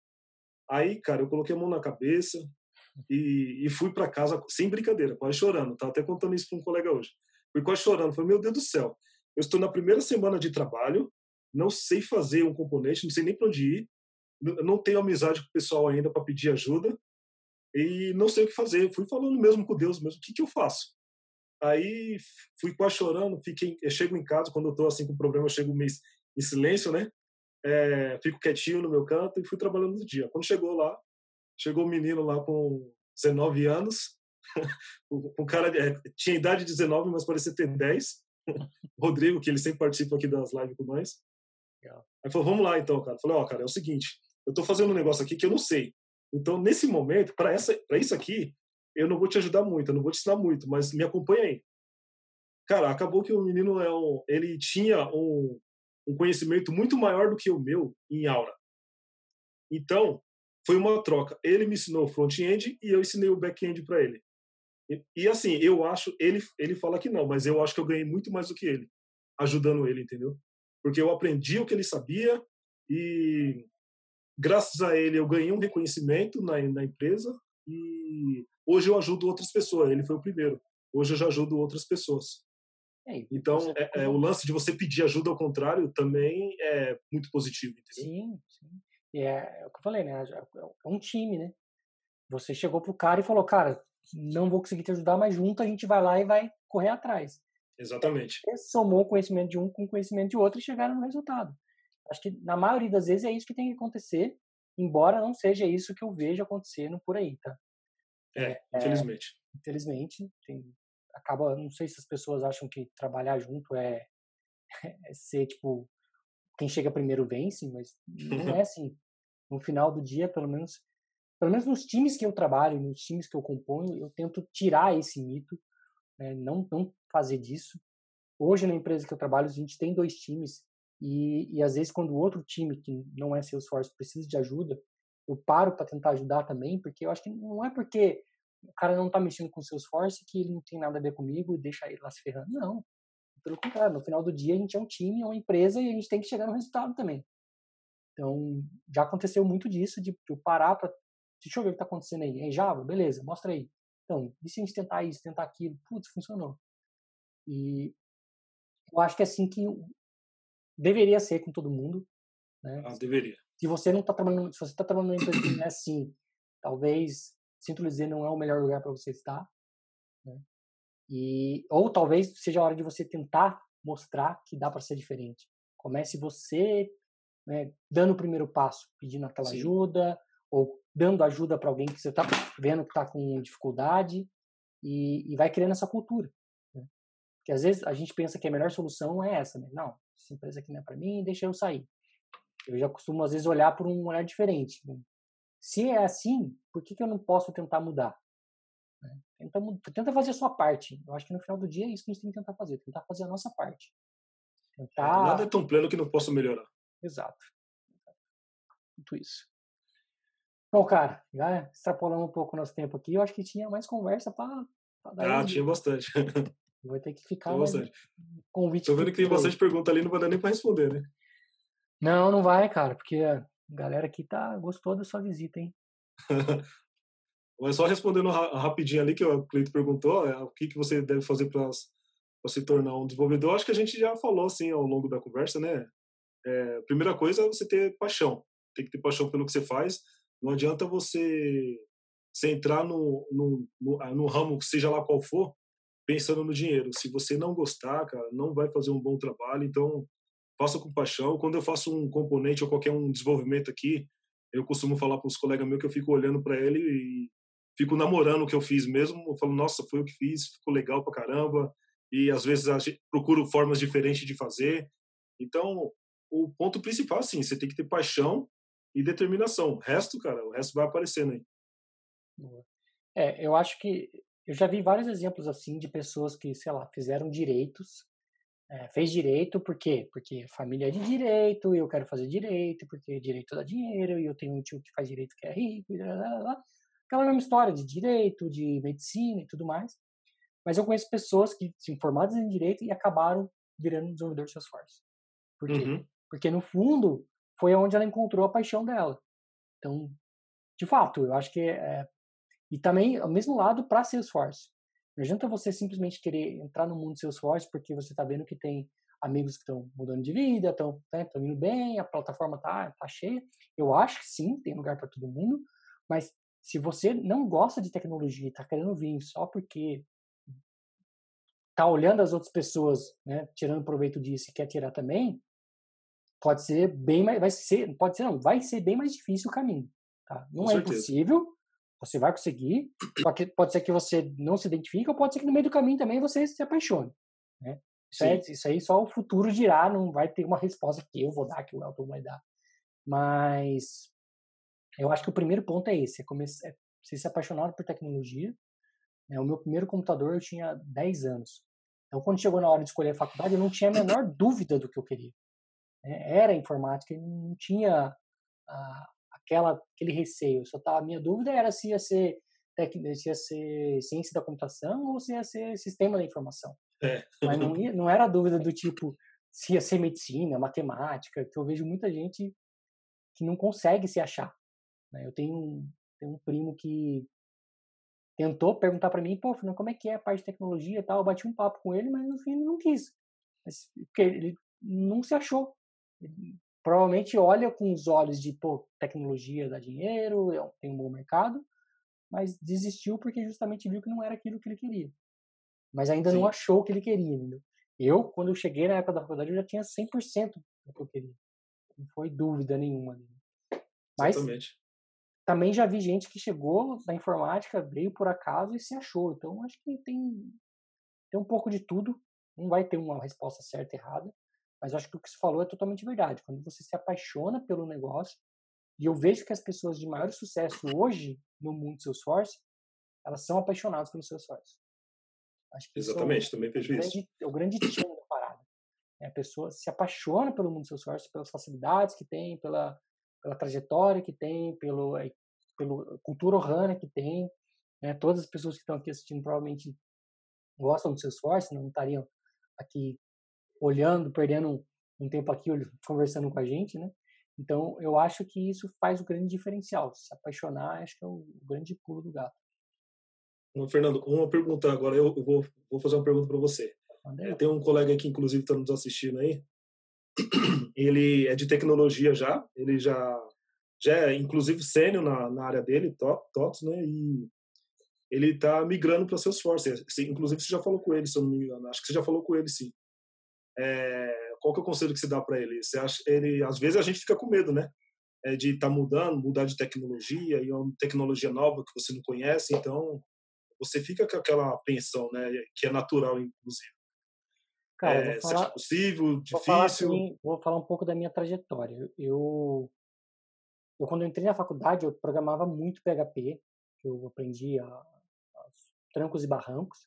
Aí, cara, eu coloquei a mão na cabeça e, e fui para casa sem brincadeira, quase chorando. Tava até contando isso para um colega hoje. Fui quase chorando. Falei, meu Deus do céu, eu estou na primeira semana de trabalho, não sei fazer um componente, não sei nem para onde ir, não tenho amizade com o pessoal ainda para pedir ajuda e não sei o que fazer. Fui falando mesmo com Deus, mesmo, o que, que eu faço? Aí fui quase chorando, fiquei, eu chego em casa, quando eu estou assim com problema, eu chego meio em silêncio, né? É, fico quietinho no meu canto e fui trabalhando no dia. Quando chegou lá, chegou um menino lá com dezenove anos, o, o cara é, tinha idade de dezenove, mas parecia ter dez. Rodrigo, que ele sempre participa aqui das lives com nós. Legal. Aí falou, vamos lá então, cara. Eu falei, ó, oh, cara, é o seguinte, eu tô fazendo um negócio aqui que eu não sei. Então, nesse momento, para essa, para isso aqui, eu não vou te ajudar muito, eu não vou te ensinar muito, mas me acompanha aí. Cara, acabou que o menino é um, ele tinha um, um conhecimento muito maior do que o meu em aura. Então, foi uma troca. Ele me ensinou o front-end e eu ensinei o back-end para ele. E, e, assim, eu acho, ele, ele fala que não, mas eu acho que eu ganhei muito mais do que ele, ajudando ele, entendeu? Porque eu aprendi o que ele sabia e, graças a ele, eu ganhei um reconhecimento na, na empresa e hoje eu ajudo outras pessoas. Ele foi o primeiro. Hoje eu já ajudo outras pessoas. É, e Então, você é, é, o pegou. lance de você pedir ajuda ao contrário também é muito positivo, entendeu? Sim, sim. E é, é o que eu falei, né? É é um time, né? Você chegou pro cara e falou, cara, não vou conseguir te ajudar, mas junto a gente vai lá e vai correr atrás. Exatamente. Você somou o conhecimento de um com o conhecimento de outro e chegaram no resultado. Acho que na maioria das vezes é isso que tem que acontecer, embora não seja isso que eu vejo acontecendo por aí, tá? É, infelizmente. Infelizmente, tem, acaba, não sei se as pessoas acham que trabalhar junto é, é ser tipo quem chega primeiro vence, mas não é assim. No final do dia, pelo menos, pelo menos nos times que eu trabalho, nos times que eu componho, eu tento tirar esse mito, né? não, não fazer disso. Hoje, na empresa que eu trabalho, a gente tem dois times e, e às vezes quando o outro time, que não é Salesforce, precisa de ajuda, eu paro para tentar ajudar também, porque eu acho que não é porque o cara não está mexendo com o Salesforce que ele não tem nada a ver comigo e deixa ele lá se ferrando. Não. Pelo contrário, no final do dia a gente é um time, é uma empresa e a gente tem que chegar no resultado também. Então, já aconteceu muito disso, de eu parar para. Deixa eu ver o que está acontecendo aí. É Java? Beleza, mostra aí. Então, e se a gente tentar isso, tentar aquilo? Putz, funcionou. E eu acho que é assim que deveria ser com todo mundo, né? Ah, deveria. Se você não está trabalhando, se você está trabalhando numa empresa que não é assim, talvez, sinto lhe dizer, não é o melhor lugar para você estar, né? E ou talvez seja a hora de você tentar mostrar que dá para ser diferente. Comece você, né, dando o primeiro passo, pedindo aquela Sim. ajuda ou dando ajuda para alguém que você está vendo que está com dificuldade e, e vai criando essa cultura. Né? Porque às vezes a gente pensa que a melhor solução é essa, né? Não, essa empresa aqui não é para mim, deixa eu sair. Eu já costumo às vezes olhar por um olhar diferente. Né? Se é assim, por que, que eu não posso tentar mudar? Né? Tenta, tenta fazer a sua parte. Eu acho que no final do dia é isso que a gente tem que tentar fazer, tentar fazer a nossa parte. É, nada Tentar... é tão pleno que não possa melhorar. Exato. Muito isso. Bom, cara, já extrapolando um pouco o nosso tempo aqui, eu acho que tinha mais conversa para dar Ah, uns tinha dias. bastante. Vai ter que ficar Tinha mais um bastante. convite Tô vendo que tem futuro aí. bastante pergunta ali, não vai dar nem para responder, né? Não, não vai, cara, porque a galera aqui tá gostou da sua visita, hein? Mas só respondendo ra rapidinho ali, que o Cleito perguntou, é, o que, que você deve fazer para se tornar um desenvolvedor. Acho que a gente já falou, assim, ao longo da conversa, né? É, a primeira coisa é você ter paixão. Tem que ter paixão pelo que você faz. Não adianta você, você entrar no, no, no, ah, no ramo, seja lá qual for, pensando no dinheiro. Se você não gostar, cara, não vai fazer um bom trabalho. Então, faça com paixão. Quando eu faço um componente ou qualquer um desenvolvimento aqui, eu costumo falar para os colegas meus que eu fico olhando para ele e fico namorando o que eu fiz mesmo. Eu falo, nossa, foi eu que fiz, ficou legal pra caramba. E às vezes a gente procuro formas diferentes de fazer. Então, o ponto principal, assim, você tem que ter paixão e determinação. O resto, cara, o resto vai aparecendo aí. É, eu acho que eu já vi vários exemplos assim de pessoas que, sei lá, fizeram direitos, é, fez direito, por quê? Porque família é de direito, e eu quero fazer direito, porque direito dá dinheiro, e eu tenho um tio que faz direito que é rico, e blá, blá, blá. Aquela mesma história de direito, de medicina e tudo mais. Mas eu conheço pessoas que se formadas em direito e acabaram virando desenvolvedor de Salesforce. Por quê? Uhum. Porque no fundo foi onde ela encontrou a paixão dela. Então, de fato, eu acho que é... E também, ao mesmo lado, para Salesforce. Não adianta você simplesmente querer entrar no mundo Salesforce porque você está vendo que tem amigos que estão mudando de vida, estão né, indo bem, a plataforma tá, tá cheia. Eu acho que sim, tem lugar para todo mundo, mas se você não gosta de tecnologia e está querendo vir só porque tá olhando as outras pessoas, né, tirando proveito disso e quer tirar também, pode ser bem mais, vai ser, pode ser não, vai ser bem mais difícil o caminho, tá? Com Não é certeza. impossível, você vai conseguir, só que pode ser que você não se identifique, ou pode ser que no meio do caminho também você se apaixone, né? Isso, é, Sim. isso aí só o futuro dirá, não vai ter uma resposta que eu vou dar, que o Elton vai dar. Mas eu acho que o primeiro ponto é esse, é, começar, é você se apaixonar por tecnologia. Né? O meu primeiro computador eu tinha dez anos. Então, quando chegou na hora de escolher a faculdade, eu não tinha a menor dúvida do que eu queria. Né? Era informática e não tinha ah, aquela, aquele receio. Só tava, a minha dúvida era se ia ser se ia ser ciência da computação ou se ia ser sistema da informação. É. Mas não, ia, não era dúvida do tipo se ia ser medicina, matemática, que eu vejo muita gente que não consegue se achar. Né? Eu tenho um, tenho um primo que tentou perguntar para mim, pô, Fernando, como é que é a parte de tecnologia e tal? Eu bati um papo com ele, mas no fim ele não quis. Mas, porque ele não se achou. Ele provavelmente olha com os olhos de, pô, tecnologia dá dinheiro, tem um bom mercado, mas desistiu porque justamente viu que não era aquilo que ele queria. Mas ainda não Sim. achou o que ele queria, entendeu? Eu, quando eu cheguei na época da faculdade, eu já tinha cem por cento do que eu queria. Não foi dúvida nenhuma. Mas Exatamente. também já vi gente que chegou na informática, veio por acaso e se achou. Então, acho que tem, tem um pouco de tudo. Não vai ter uma resposta certa e errada. Mas acho que o que você falou é totalmente verdade. Quando você se apaixona pelo negócio, e eu vejo que as pessoas de maior sucesso hoje no mundo Salesforce, elas são apaixonadas pelo Salesforce. Acho que isso é o, Exatamente, também o vejo isso. grande, é o grande tchan da parada. É, a pessoa se apaixona pelo mundo Salesforce, pelas facilidades que tem, pela, pela trajetória que tem, pelo, pela cultura Ohana que tem. Né? Todas as pessoas que estão aqui assistindo provavelmente gostam do Salesforce, não estariam aqui olhando, perdendo um, um tempo aqui conversando com a gente, né? Então, eu acho que isso faz o grande diferencial. Se apaixonar, acho que é o, o grande pulo do gato. Então, Fernando, uma pergunta agora, eu vou, vou fazer uma pergunta para você. É, tem um colega que, inclusive, está nos assistindo aí. Ele é de tecnologia já, ele já, já é, inclusive, sênior na, na área dele, T O T S, né? E ele está migrando para o Salesforce. Inclusive, você já falou com ele, se eu não me engano. Acho que você já falou com ele, sim. É, qual que é o conselho que você dá para ele? Você acha, ele? Às vezes a gente fica com medo, né? é, de estar tá mudando, mudar de tecnologia, e uma tecnologia nova que você não conhece, então você fica com aquela apreensão, né, que é natural, inclusive. Cara, eu vou É, você acha falar, possível, vou falar difícil? assim, vou falar um pouco da minha trajetória. Eu, eu quando eu entrei na faculdade, eu programava muito P H P, que eu aprendi a, aos trancos e barrancos.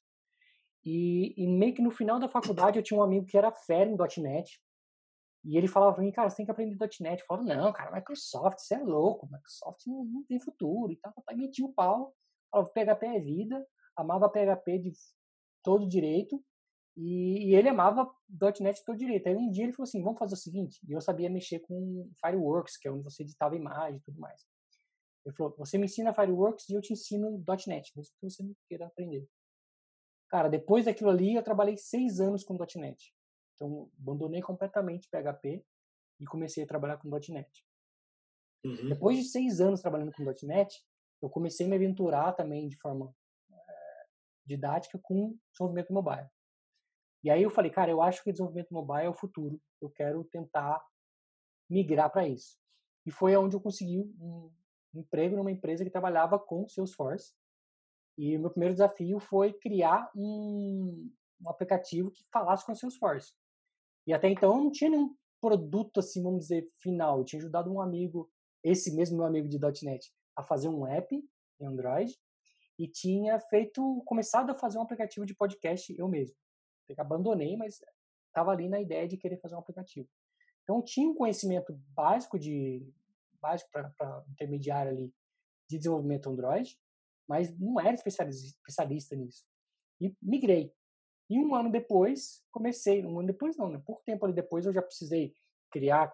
E, e meio que no final da faculdade eu tinha um amigo que era fera em .ponto net. E ele falava pra mim, cara, você tem que aprender .ponto net. Eu falava, não, cara, Microsoft, você é louco, Microsoft não, não tem futuro e tal. Aí metia o pau, falava, P H P é vida, amava P H P de todo direito, e, e ele amava .ponto net de todo direito. Aí um dia ele falou assim, vamos fazer o seguinte, e eu sabia mexer com Fireworks, que é onde você editava imagem e tudo mais. Ele falou, você me ensina Fireworks e eu te ensino .ponto net, mesmo que você não queira aprender. Cara, depois daquilo ali, eu trabalhei seis anos com .ponto net. Então, abandonei completamente P H P e comecei a trabalhar com .ponto net. Uhum. Depois de seis anos trabalhando com .ponto net, eu comecei a me aventurar também de forma é, didática com desenvolvimento mobile. E aí eu falei, cara, eu acho que o desenvolvimento mobile é o futuro. Eu quero tentar migrar para isso. E foi onde eu consegui um emprego numa empresa que trabalhava com Salesforce. E o meu primeiro desafio foi criar um, um aplicativo que falasse com Salesforce. E até então eu não tinha nenhum produto, assim, vamos dizer, final. Eu tinha ajudado um amigo, esse mesmo meu amigo de .ponto net, a fazer um app em Android e tinha feito, começado a fazer um aplicativo de podcast eu mesmo. Eu abandonei, mas estava ali na ideia de querer fazer um aplicativo. Então eu tinha um conhecimento básico de básico para intermediário ali de desenvolvimento Android, mas não era especialista nisso. E migrei. E um ano depois, comecei, um ano depois não, né? Pouco tempo ali depois eu já precisei criar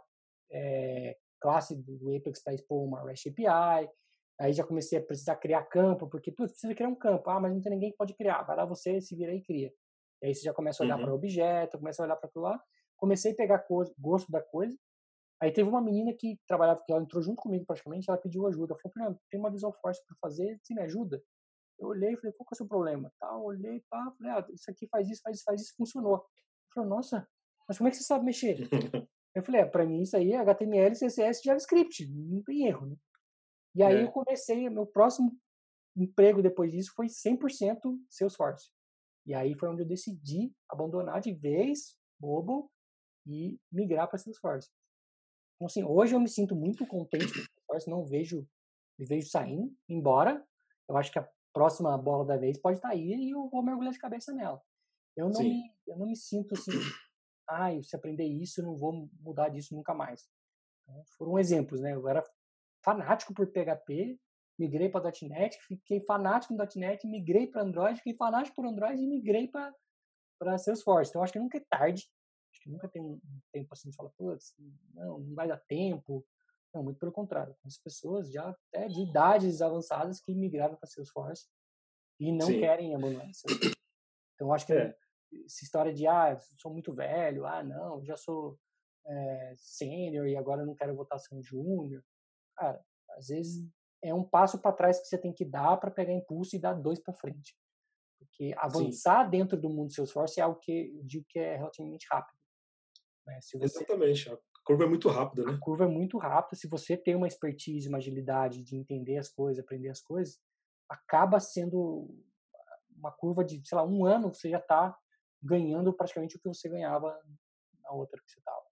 é, classe do Apex para expor uma REST A P I, aí já comecei a precisar criar campo, porque, putz, precisa criar um campo, ah, mas não tem ninguém que pode criar, vai lá você, se vira e cria. E aí você já começa a olhar para Uhum. objeto, começa a olhar para aquilo lá, comecei a pegar gosto da coisa, aí teve uma menina que trabalhava, que ela entrou junto comigo praticamente, ela pediu ajuda, falou, Fernando, tem uma Visual Force para fazer, você me ajuda? Eu olhei e falei, qual que é o seu problema? Tá, olhei, pá, falei, ah, isso aqui faz isso, faz isso, faz isso, funcionou. Ele falou, nossa, mas como é que você sabe mexer? Eu falei, é, pra mim isso aí é H T M L, C S S, JavaScript, não tem erro, né? E aí eu É, comecei, meu próximo emprego depois disso foi cem por cento Salesforce. E aí foi onde eu decidi abandonar de vez Mobile e migrar para Salesforce. Então, assim, hoje eu me sinto muito contente com Salesforce, não vejo, me vejo saindo, embora eu acho que a próxima bola da vez pode estar aí e eu vou mergulhar de cabeça nela. Eu não sim. me, eu não me sinto assim, ai, ah, se aprender isso, eu não vou mudar disso nunca mais. Então, foram exemplos, né? Eu era fanático por P H P, migrei para .ponto net, fiquei fanático no .ponto net, migrei para Android, fiquei fanático por Android e migrei para para Salesforce. Então, acho que nunca é tarde. Acho que nunca tem um tempo assim de falar, putz, não, não vai dar tempo. Não, muito pelo contrário. As pessoas já até de idades avançadas que migraram para Salesforce e não Sim. querem abandonar Salesforce. Então, acho que não, É, essa história de, ah, sou muito velho, ah, não, já sou é, sênior e agora não quero voltar a ser um júnior. Cara, às vezes é um passo para trás que você tem que dar para pegar impulso e dar dois para frente. Porque sim. avançar dentro do mundo Salesforce é algo que eu digo que é relativamente rápido. Né? Se você, Exatamente. A curva é muito rápida, a né? curva é muito rápida, se você tem uma expertise, uma agilidade de entender as coisas, aprender as coisas, acaba sendo uma curva de, sei lá, um ano, você já está ganhando praticamente o que você ganhava na outra que você estava.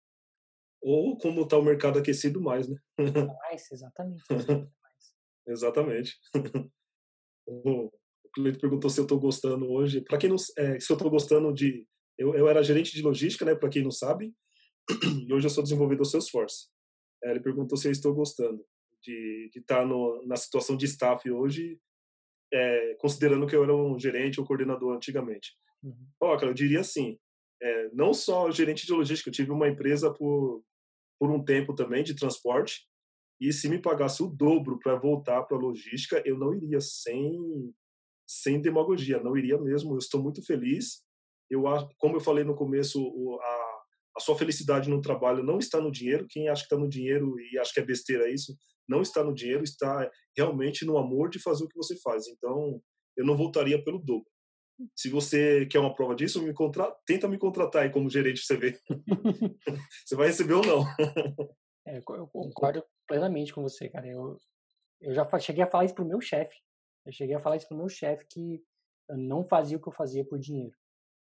Ou como está o mercado aquecido mais, né? Mais, exatamente. Mais. Exatamente. O o cliente perguntou se eu estou gostando hoje. Para quem não, é, se eu estou gostando de, eu, eu era gerente de logística, né? Para quem não sabe, e hoje eu sou desenvolvedor Salesforce. É, ele perguntou se eu estou gostando de de estar no, na situação de staff hoje, é, considerando que eu era um gerente ou coordenador antigamente. Uhum. Ó, cara, eu diria assim, é, não só gerente de logística, eu tive uma empresa por por um tempo também de transporte. E se me pagasse o dobro para voltar para a logística, eu não iria sem sem demagogia, não iria mesmo. Eu estou muito feliz. Eu acho, como eu falei no começo, o, a, a sua felicidade no trabalho não está no dinheiro. Quem acha que está no dinheiro e acha que é besteira isso, não está no dinheiro, está realmente no amor de fazer o que você faz. Então, eu não voltaria pelo dobro. Se você quer uma prova disso, me contra... tenta me contratar aí como gerente, você vê. Você vai receber ou não. É, eu concordo plenamente com você, cara. Eu, eu já fa- cheguei a falar isso pro meu chefe. Eu cheguei a falar isso pro meu chefe que eu não fazia o que eu fazia por dinheiro.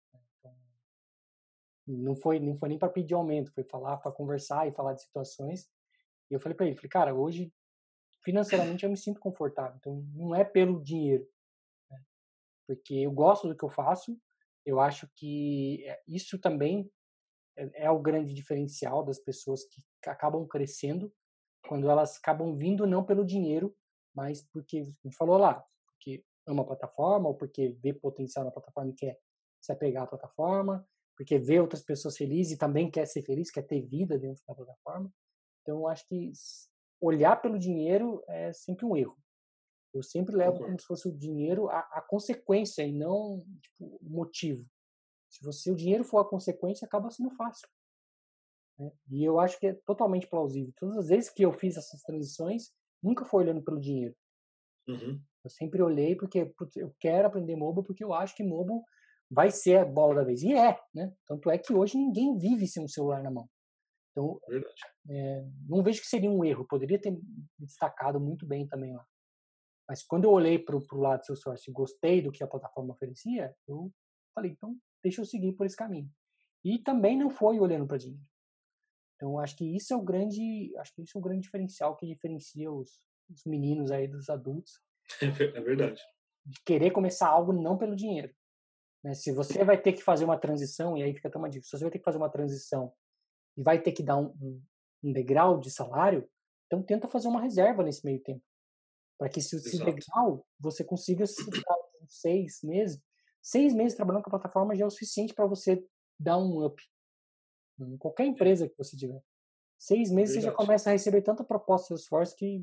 Não foi, não foi nem para pedir aumento, foi falar para conversar e falar de situações. E eu falei para ele, falei, cara, hoje financeiramente eu me sinto confortável, então não é pelo dinheiro, porque eu gosto do que eu faço. Eu acho que é- isso também é, é o grande diferencial das pessoas que acabam crescendo quando elas acabam vindo não pelo dinheiro, mas porque, a gente falou lá, porque ama a plataforma ou porque vê potencial na plataforma e quer se apegar à plataforma, porque vê outras pessoas felizes e também quer ser feliz, quer ter vida dentro da plataforma. Então, eu acho que olhar pelo dinheiro é sempre um erro. Eu sempre levo como Concordo. se fosse o dinheiro a, a consequência e não tipo, o motivo. Se você o dinheiro for a consequência, acaba sendo fácil. Né? E eu acho que é totalmente plausível. Todas as vezes que eu fiz essas transições, nunca foi olhando pelo dinheiro. Uhum. Eu sempre olhei porque putz, eu quero aprender mobile porque eu acho que mobile vai ser a bola da vez. E é, né? Tanto é que hoje ninguém vive sem um celular na mão. Então, Verdade. é, não vejo que seria um erro. Poderia ter me destacado muito bem também lá. Mas quando eu olhei para o lado do Salesforce e gostei do que a plataforma oferecia, eu falei, então deixa eu seguir por esse caminho. E também não foi olhando para dinheiro. Então acho que isso é o grande, acho que isso é o grande diferencial que diferencia os, os meninos aí dos adultos, É ver- é verdade. de querer começar algo não pelo dinheiro. Né? Se você vai ter que fazer uma transição, e aí fica até uma dica, se você vai ter que fazer uma transição e vai ter que dar um, um, um degrau de salário, então tenta fazer uma reserva nesse meio tempo. Para que se esse Exato. degrau você consiga se dar uns seis meses, seis meses trabalhando com a plataforma já é o suficiente para você dar um up. Em qualquer É empresa que você tiver. Seis meses você já verdade. começa a receber tanta proposta do Salesforce que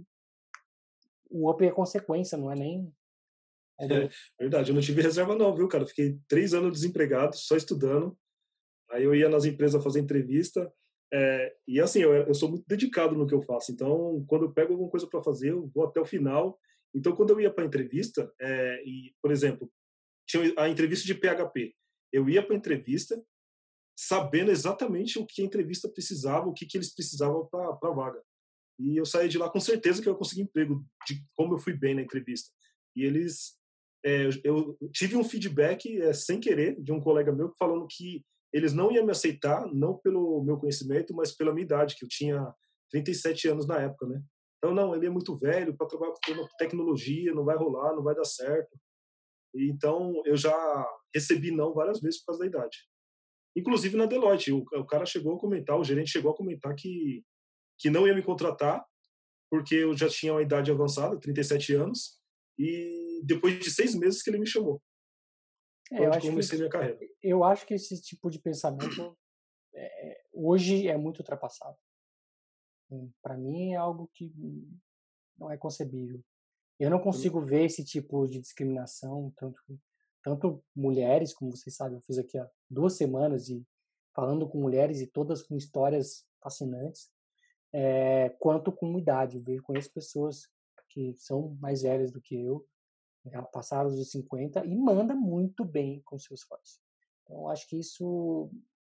o up é consequência, não é nem É obrigação. verdade. Eu não tive reserva não, viu, cara? Fiquei três anos desempregado, só estudando. Aí eu ia nas empresas fazer entrevista. É, e assim, eu, eu sou muito dedicado no que eu faço. Então, quando eu pego alguma coisa para fazer, eu vou até o final. Então, quando eu ia para entrevista, é, e, por exemplo, tinha a entrevista de P H P. Eu ia para a entrevista sabendo exatamente o que a entrevista precisava, o que, que eles precisavam para a vaga. E eu saí de lá com certeza que eu consegui emprego, de como eu fui bem na entrevista. E eles. É, eu tive um feedback é, sem querer de um colega meu falando que eles não iam me aceitar, não pelo meu conhecimento, mas pela minha idade, que eu tinha trinta e sete anos na época, né? Então, não, ele é muito velho para trabalhar com tecnologia, não vai rolar, não vai dar certo. E, então, eu já recebi não várias vezes por causa da idade. Inclusive na Deloitte, o, o cara chegou a comentar, o gerente chegou a comentar que, que não ia me contratar porque eu já tinha uma idade avançada, trinta e sete anos, e depois de seis meses que ele me chamou. É, Foi eu onde acho que comecei minha carreira. eu acho que esse tipo de pensamento é, hoje é muito ultrapassado. Para mim é algo que não é concebível. Eu não consigo ver esse tipo de discriminação, tanto tanto mulheres, como vocês sabem, eu fiz aqui há duas semanas e falando com mulheres e todas com histórias fascinantes, é, quanto com idade. Eu vejo, conheço pessoas que são mais velhas do que eu, já passaram dos cinquenta e manda muito bem com seus fãs. Então, acho que isso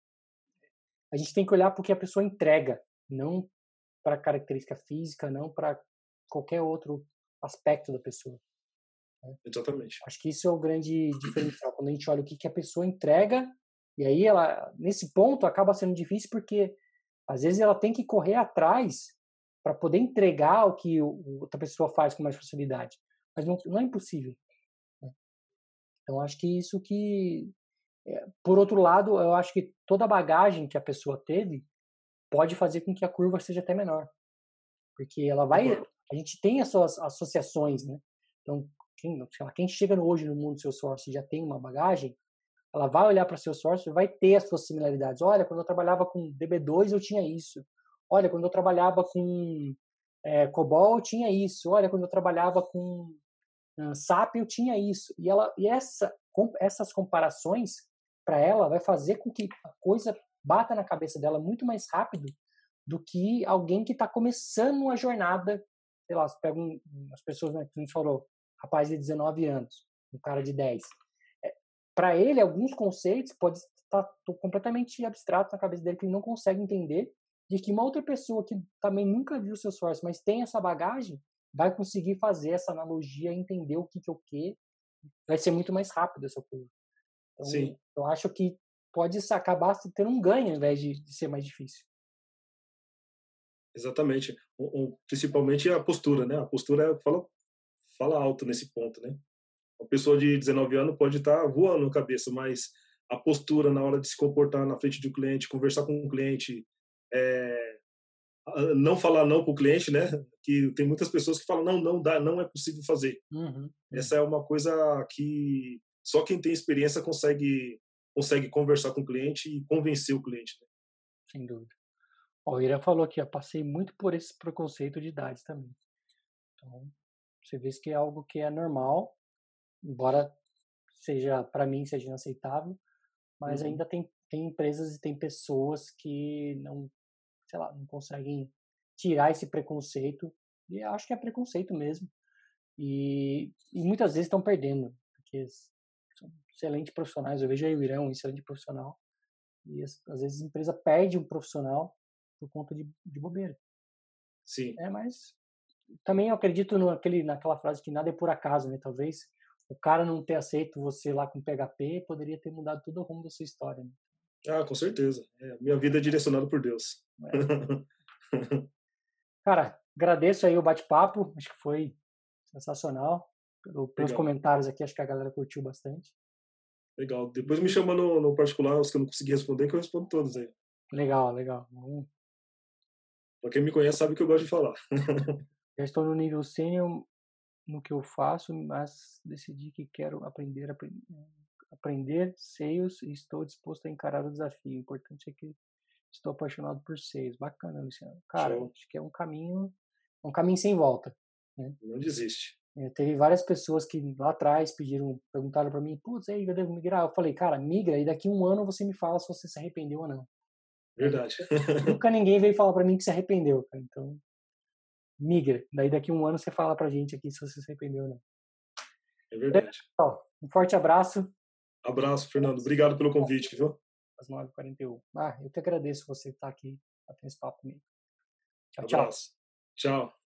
a gente tem que olhar para o que a pessoa entrega, não para a característica física, não para qualquer outro aspecto da pessoa. Né? Exatamente. Acho que isso é o grande diferencial, quando a gente olha o que, que a pessoa entrega, e aí ela, nesse ponto, acaba sendo difícil porque às vezes ela tem que correr atrás para poder entregar o que o, outra pessoa faz com mais facilidade. Mas não, não é impossível. Né? Então, acho que isso que... É, por outro lado, eu acho que toda a bagagem que a pessoa teve pode fazer com que a curva seja até menor. Porque ela vai... Concordo. A gente tem as suas associações, né? Então, quem, sei lá, quem chega hoje no mundo do Salesforce e já tem uma bagagem, ela vai olhar para o Salesforce e vai ter as suas similaridades. Olha, quando eu trabalhava com D B dois eu tinha isso. Olha, quando eu trabalhava com é, COBOL eu tinha isso. Olha, quando eu trabalhava com uh, S A P eu tinha isso. E, ela, e essa, com, essas comparações, para ela, vai fazer com que a coisa bata na cabeça dela muito mais rápido do que alguém que está começando uma jornada. Sei lá, você pega um, as pessoas, né, que a gente falou, rapaz de dezenove anos, um cara de dez. Para ele, alguns conceitos podem estar completamente abstratos na cabeça dele que ele não consegue entender de que uma outra pessoa que também nunca viu o seu Salesforce, mas tem essa bagagem, vai conseguir fazer essa analogia, entender o que que é o quê, vai ser muito mais rápido essa coisa. Então, Sim, eu acho que pode sa acabar se tendo um ganho ao invés de de ser mais difícil. exatamente. O o principalmente a postura, né, a postura é fala fala alto nesse ponto, né. Uma pessoa de dezenove anos pode estar voando a cabeça, mas a postura na hora de se comportar na frente do cliente, conversar com o cliente, eh, a não falar não para o cliente, né, que tem muitas pessoas que falam: "Não, não dá, não é possível fazer". Uhum, Essa uhum, é uma coisa que só quem tem experiência consegue consegue conversar com o cliente e convencer o cliente, né. sem dúvida. Ó, o Irã falou aqui, ó, passei muito por esse preconceito de idades também. Então, você vê que é algo que é normal, embora seja, para mim, seja inaceitável, mas Uhum. ainda tem, tem empresas e tem pessoas que não, sei lá, não conseguem tirar esse preconceito, e eu acho que é preconceito mesmo, e, e muitas vezes estão perdendo, porque são excelentes profissionais, eu vejo aí o Irã um excelente profissional, e às às vezes a empresa perde um profissional por conta de, de bobeira. Sim, É, mas também eu acredito no aquele naquela frase que nada é por acaso, né, talvez o cara não ter aceito você lá com P H P poderia ter mudado todo o rumo da sua história, né. ah, com certeza. É, minha vida é direcionada por Deus. É. Cara, agradeço aí o bate-papo, acho que foi sensacional, pelo pelos Legal, comentários aqui, acho que a galera curtiu bastante. legal. Depois me chama no no particular, os que eu não consegui responder, que eu respondo todos aí. Legal, legal. Vamos Pra quem me conhece sabe que eu gosto de falar. já estou no nível sênior no que eu faço, mas decidi que quero aprender apren aprender sales e estou disposto a encarar o desafio. O importante é que estou apaixonado por sales. Bacana, Luciano. Cara, Show, acho que é um caminho um caminho sem volta, né. não desiste. Eh, teve várias pessoas que lá atrás pediram perguntaram para mim: "Putz, e aí, eu devo migrar?" Eu falei: "Cara, migra e daqui um ano você me fala se você se arrependeu ou não", né. Verdade. Nunca ninguém veio falar para mim que se arrependeu, cara, então migra, daí daqui um ano você fala pra gente aqui se você se arrependeu ou não. É Beleza, verdade. pessoal, um forte abraço. Abraço, Fernando. Obrigado pelo convite, viu. Às nove e quarenta e um. Ah, eu que agradeço você estar aqui batendo esse papo comigo. Tchau, tchau. Abraço. Tchau.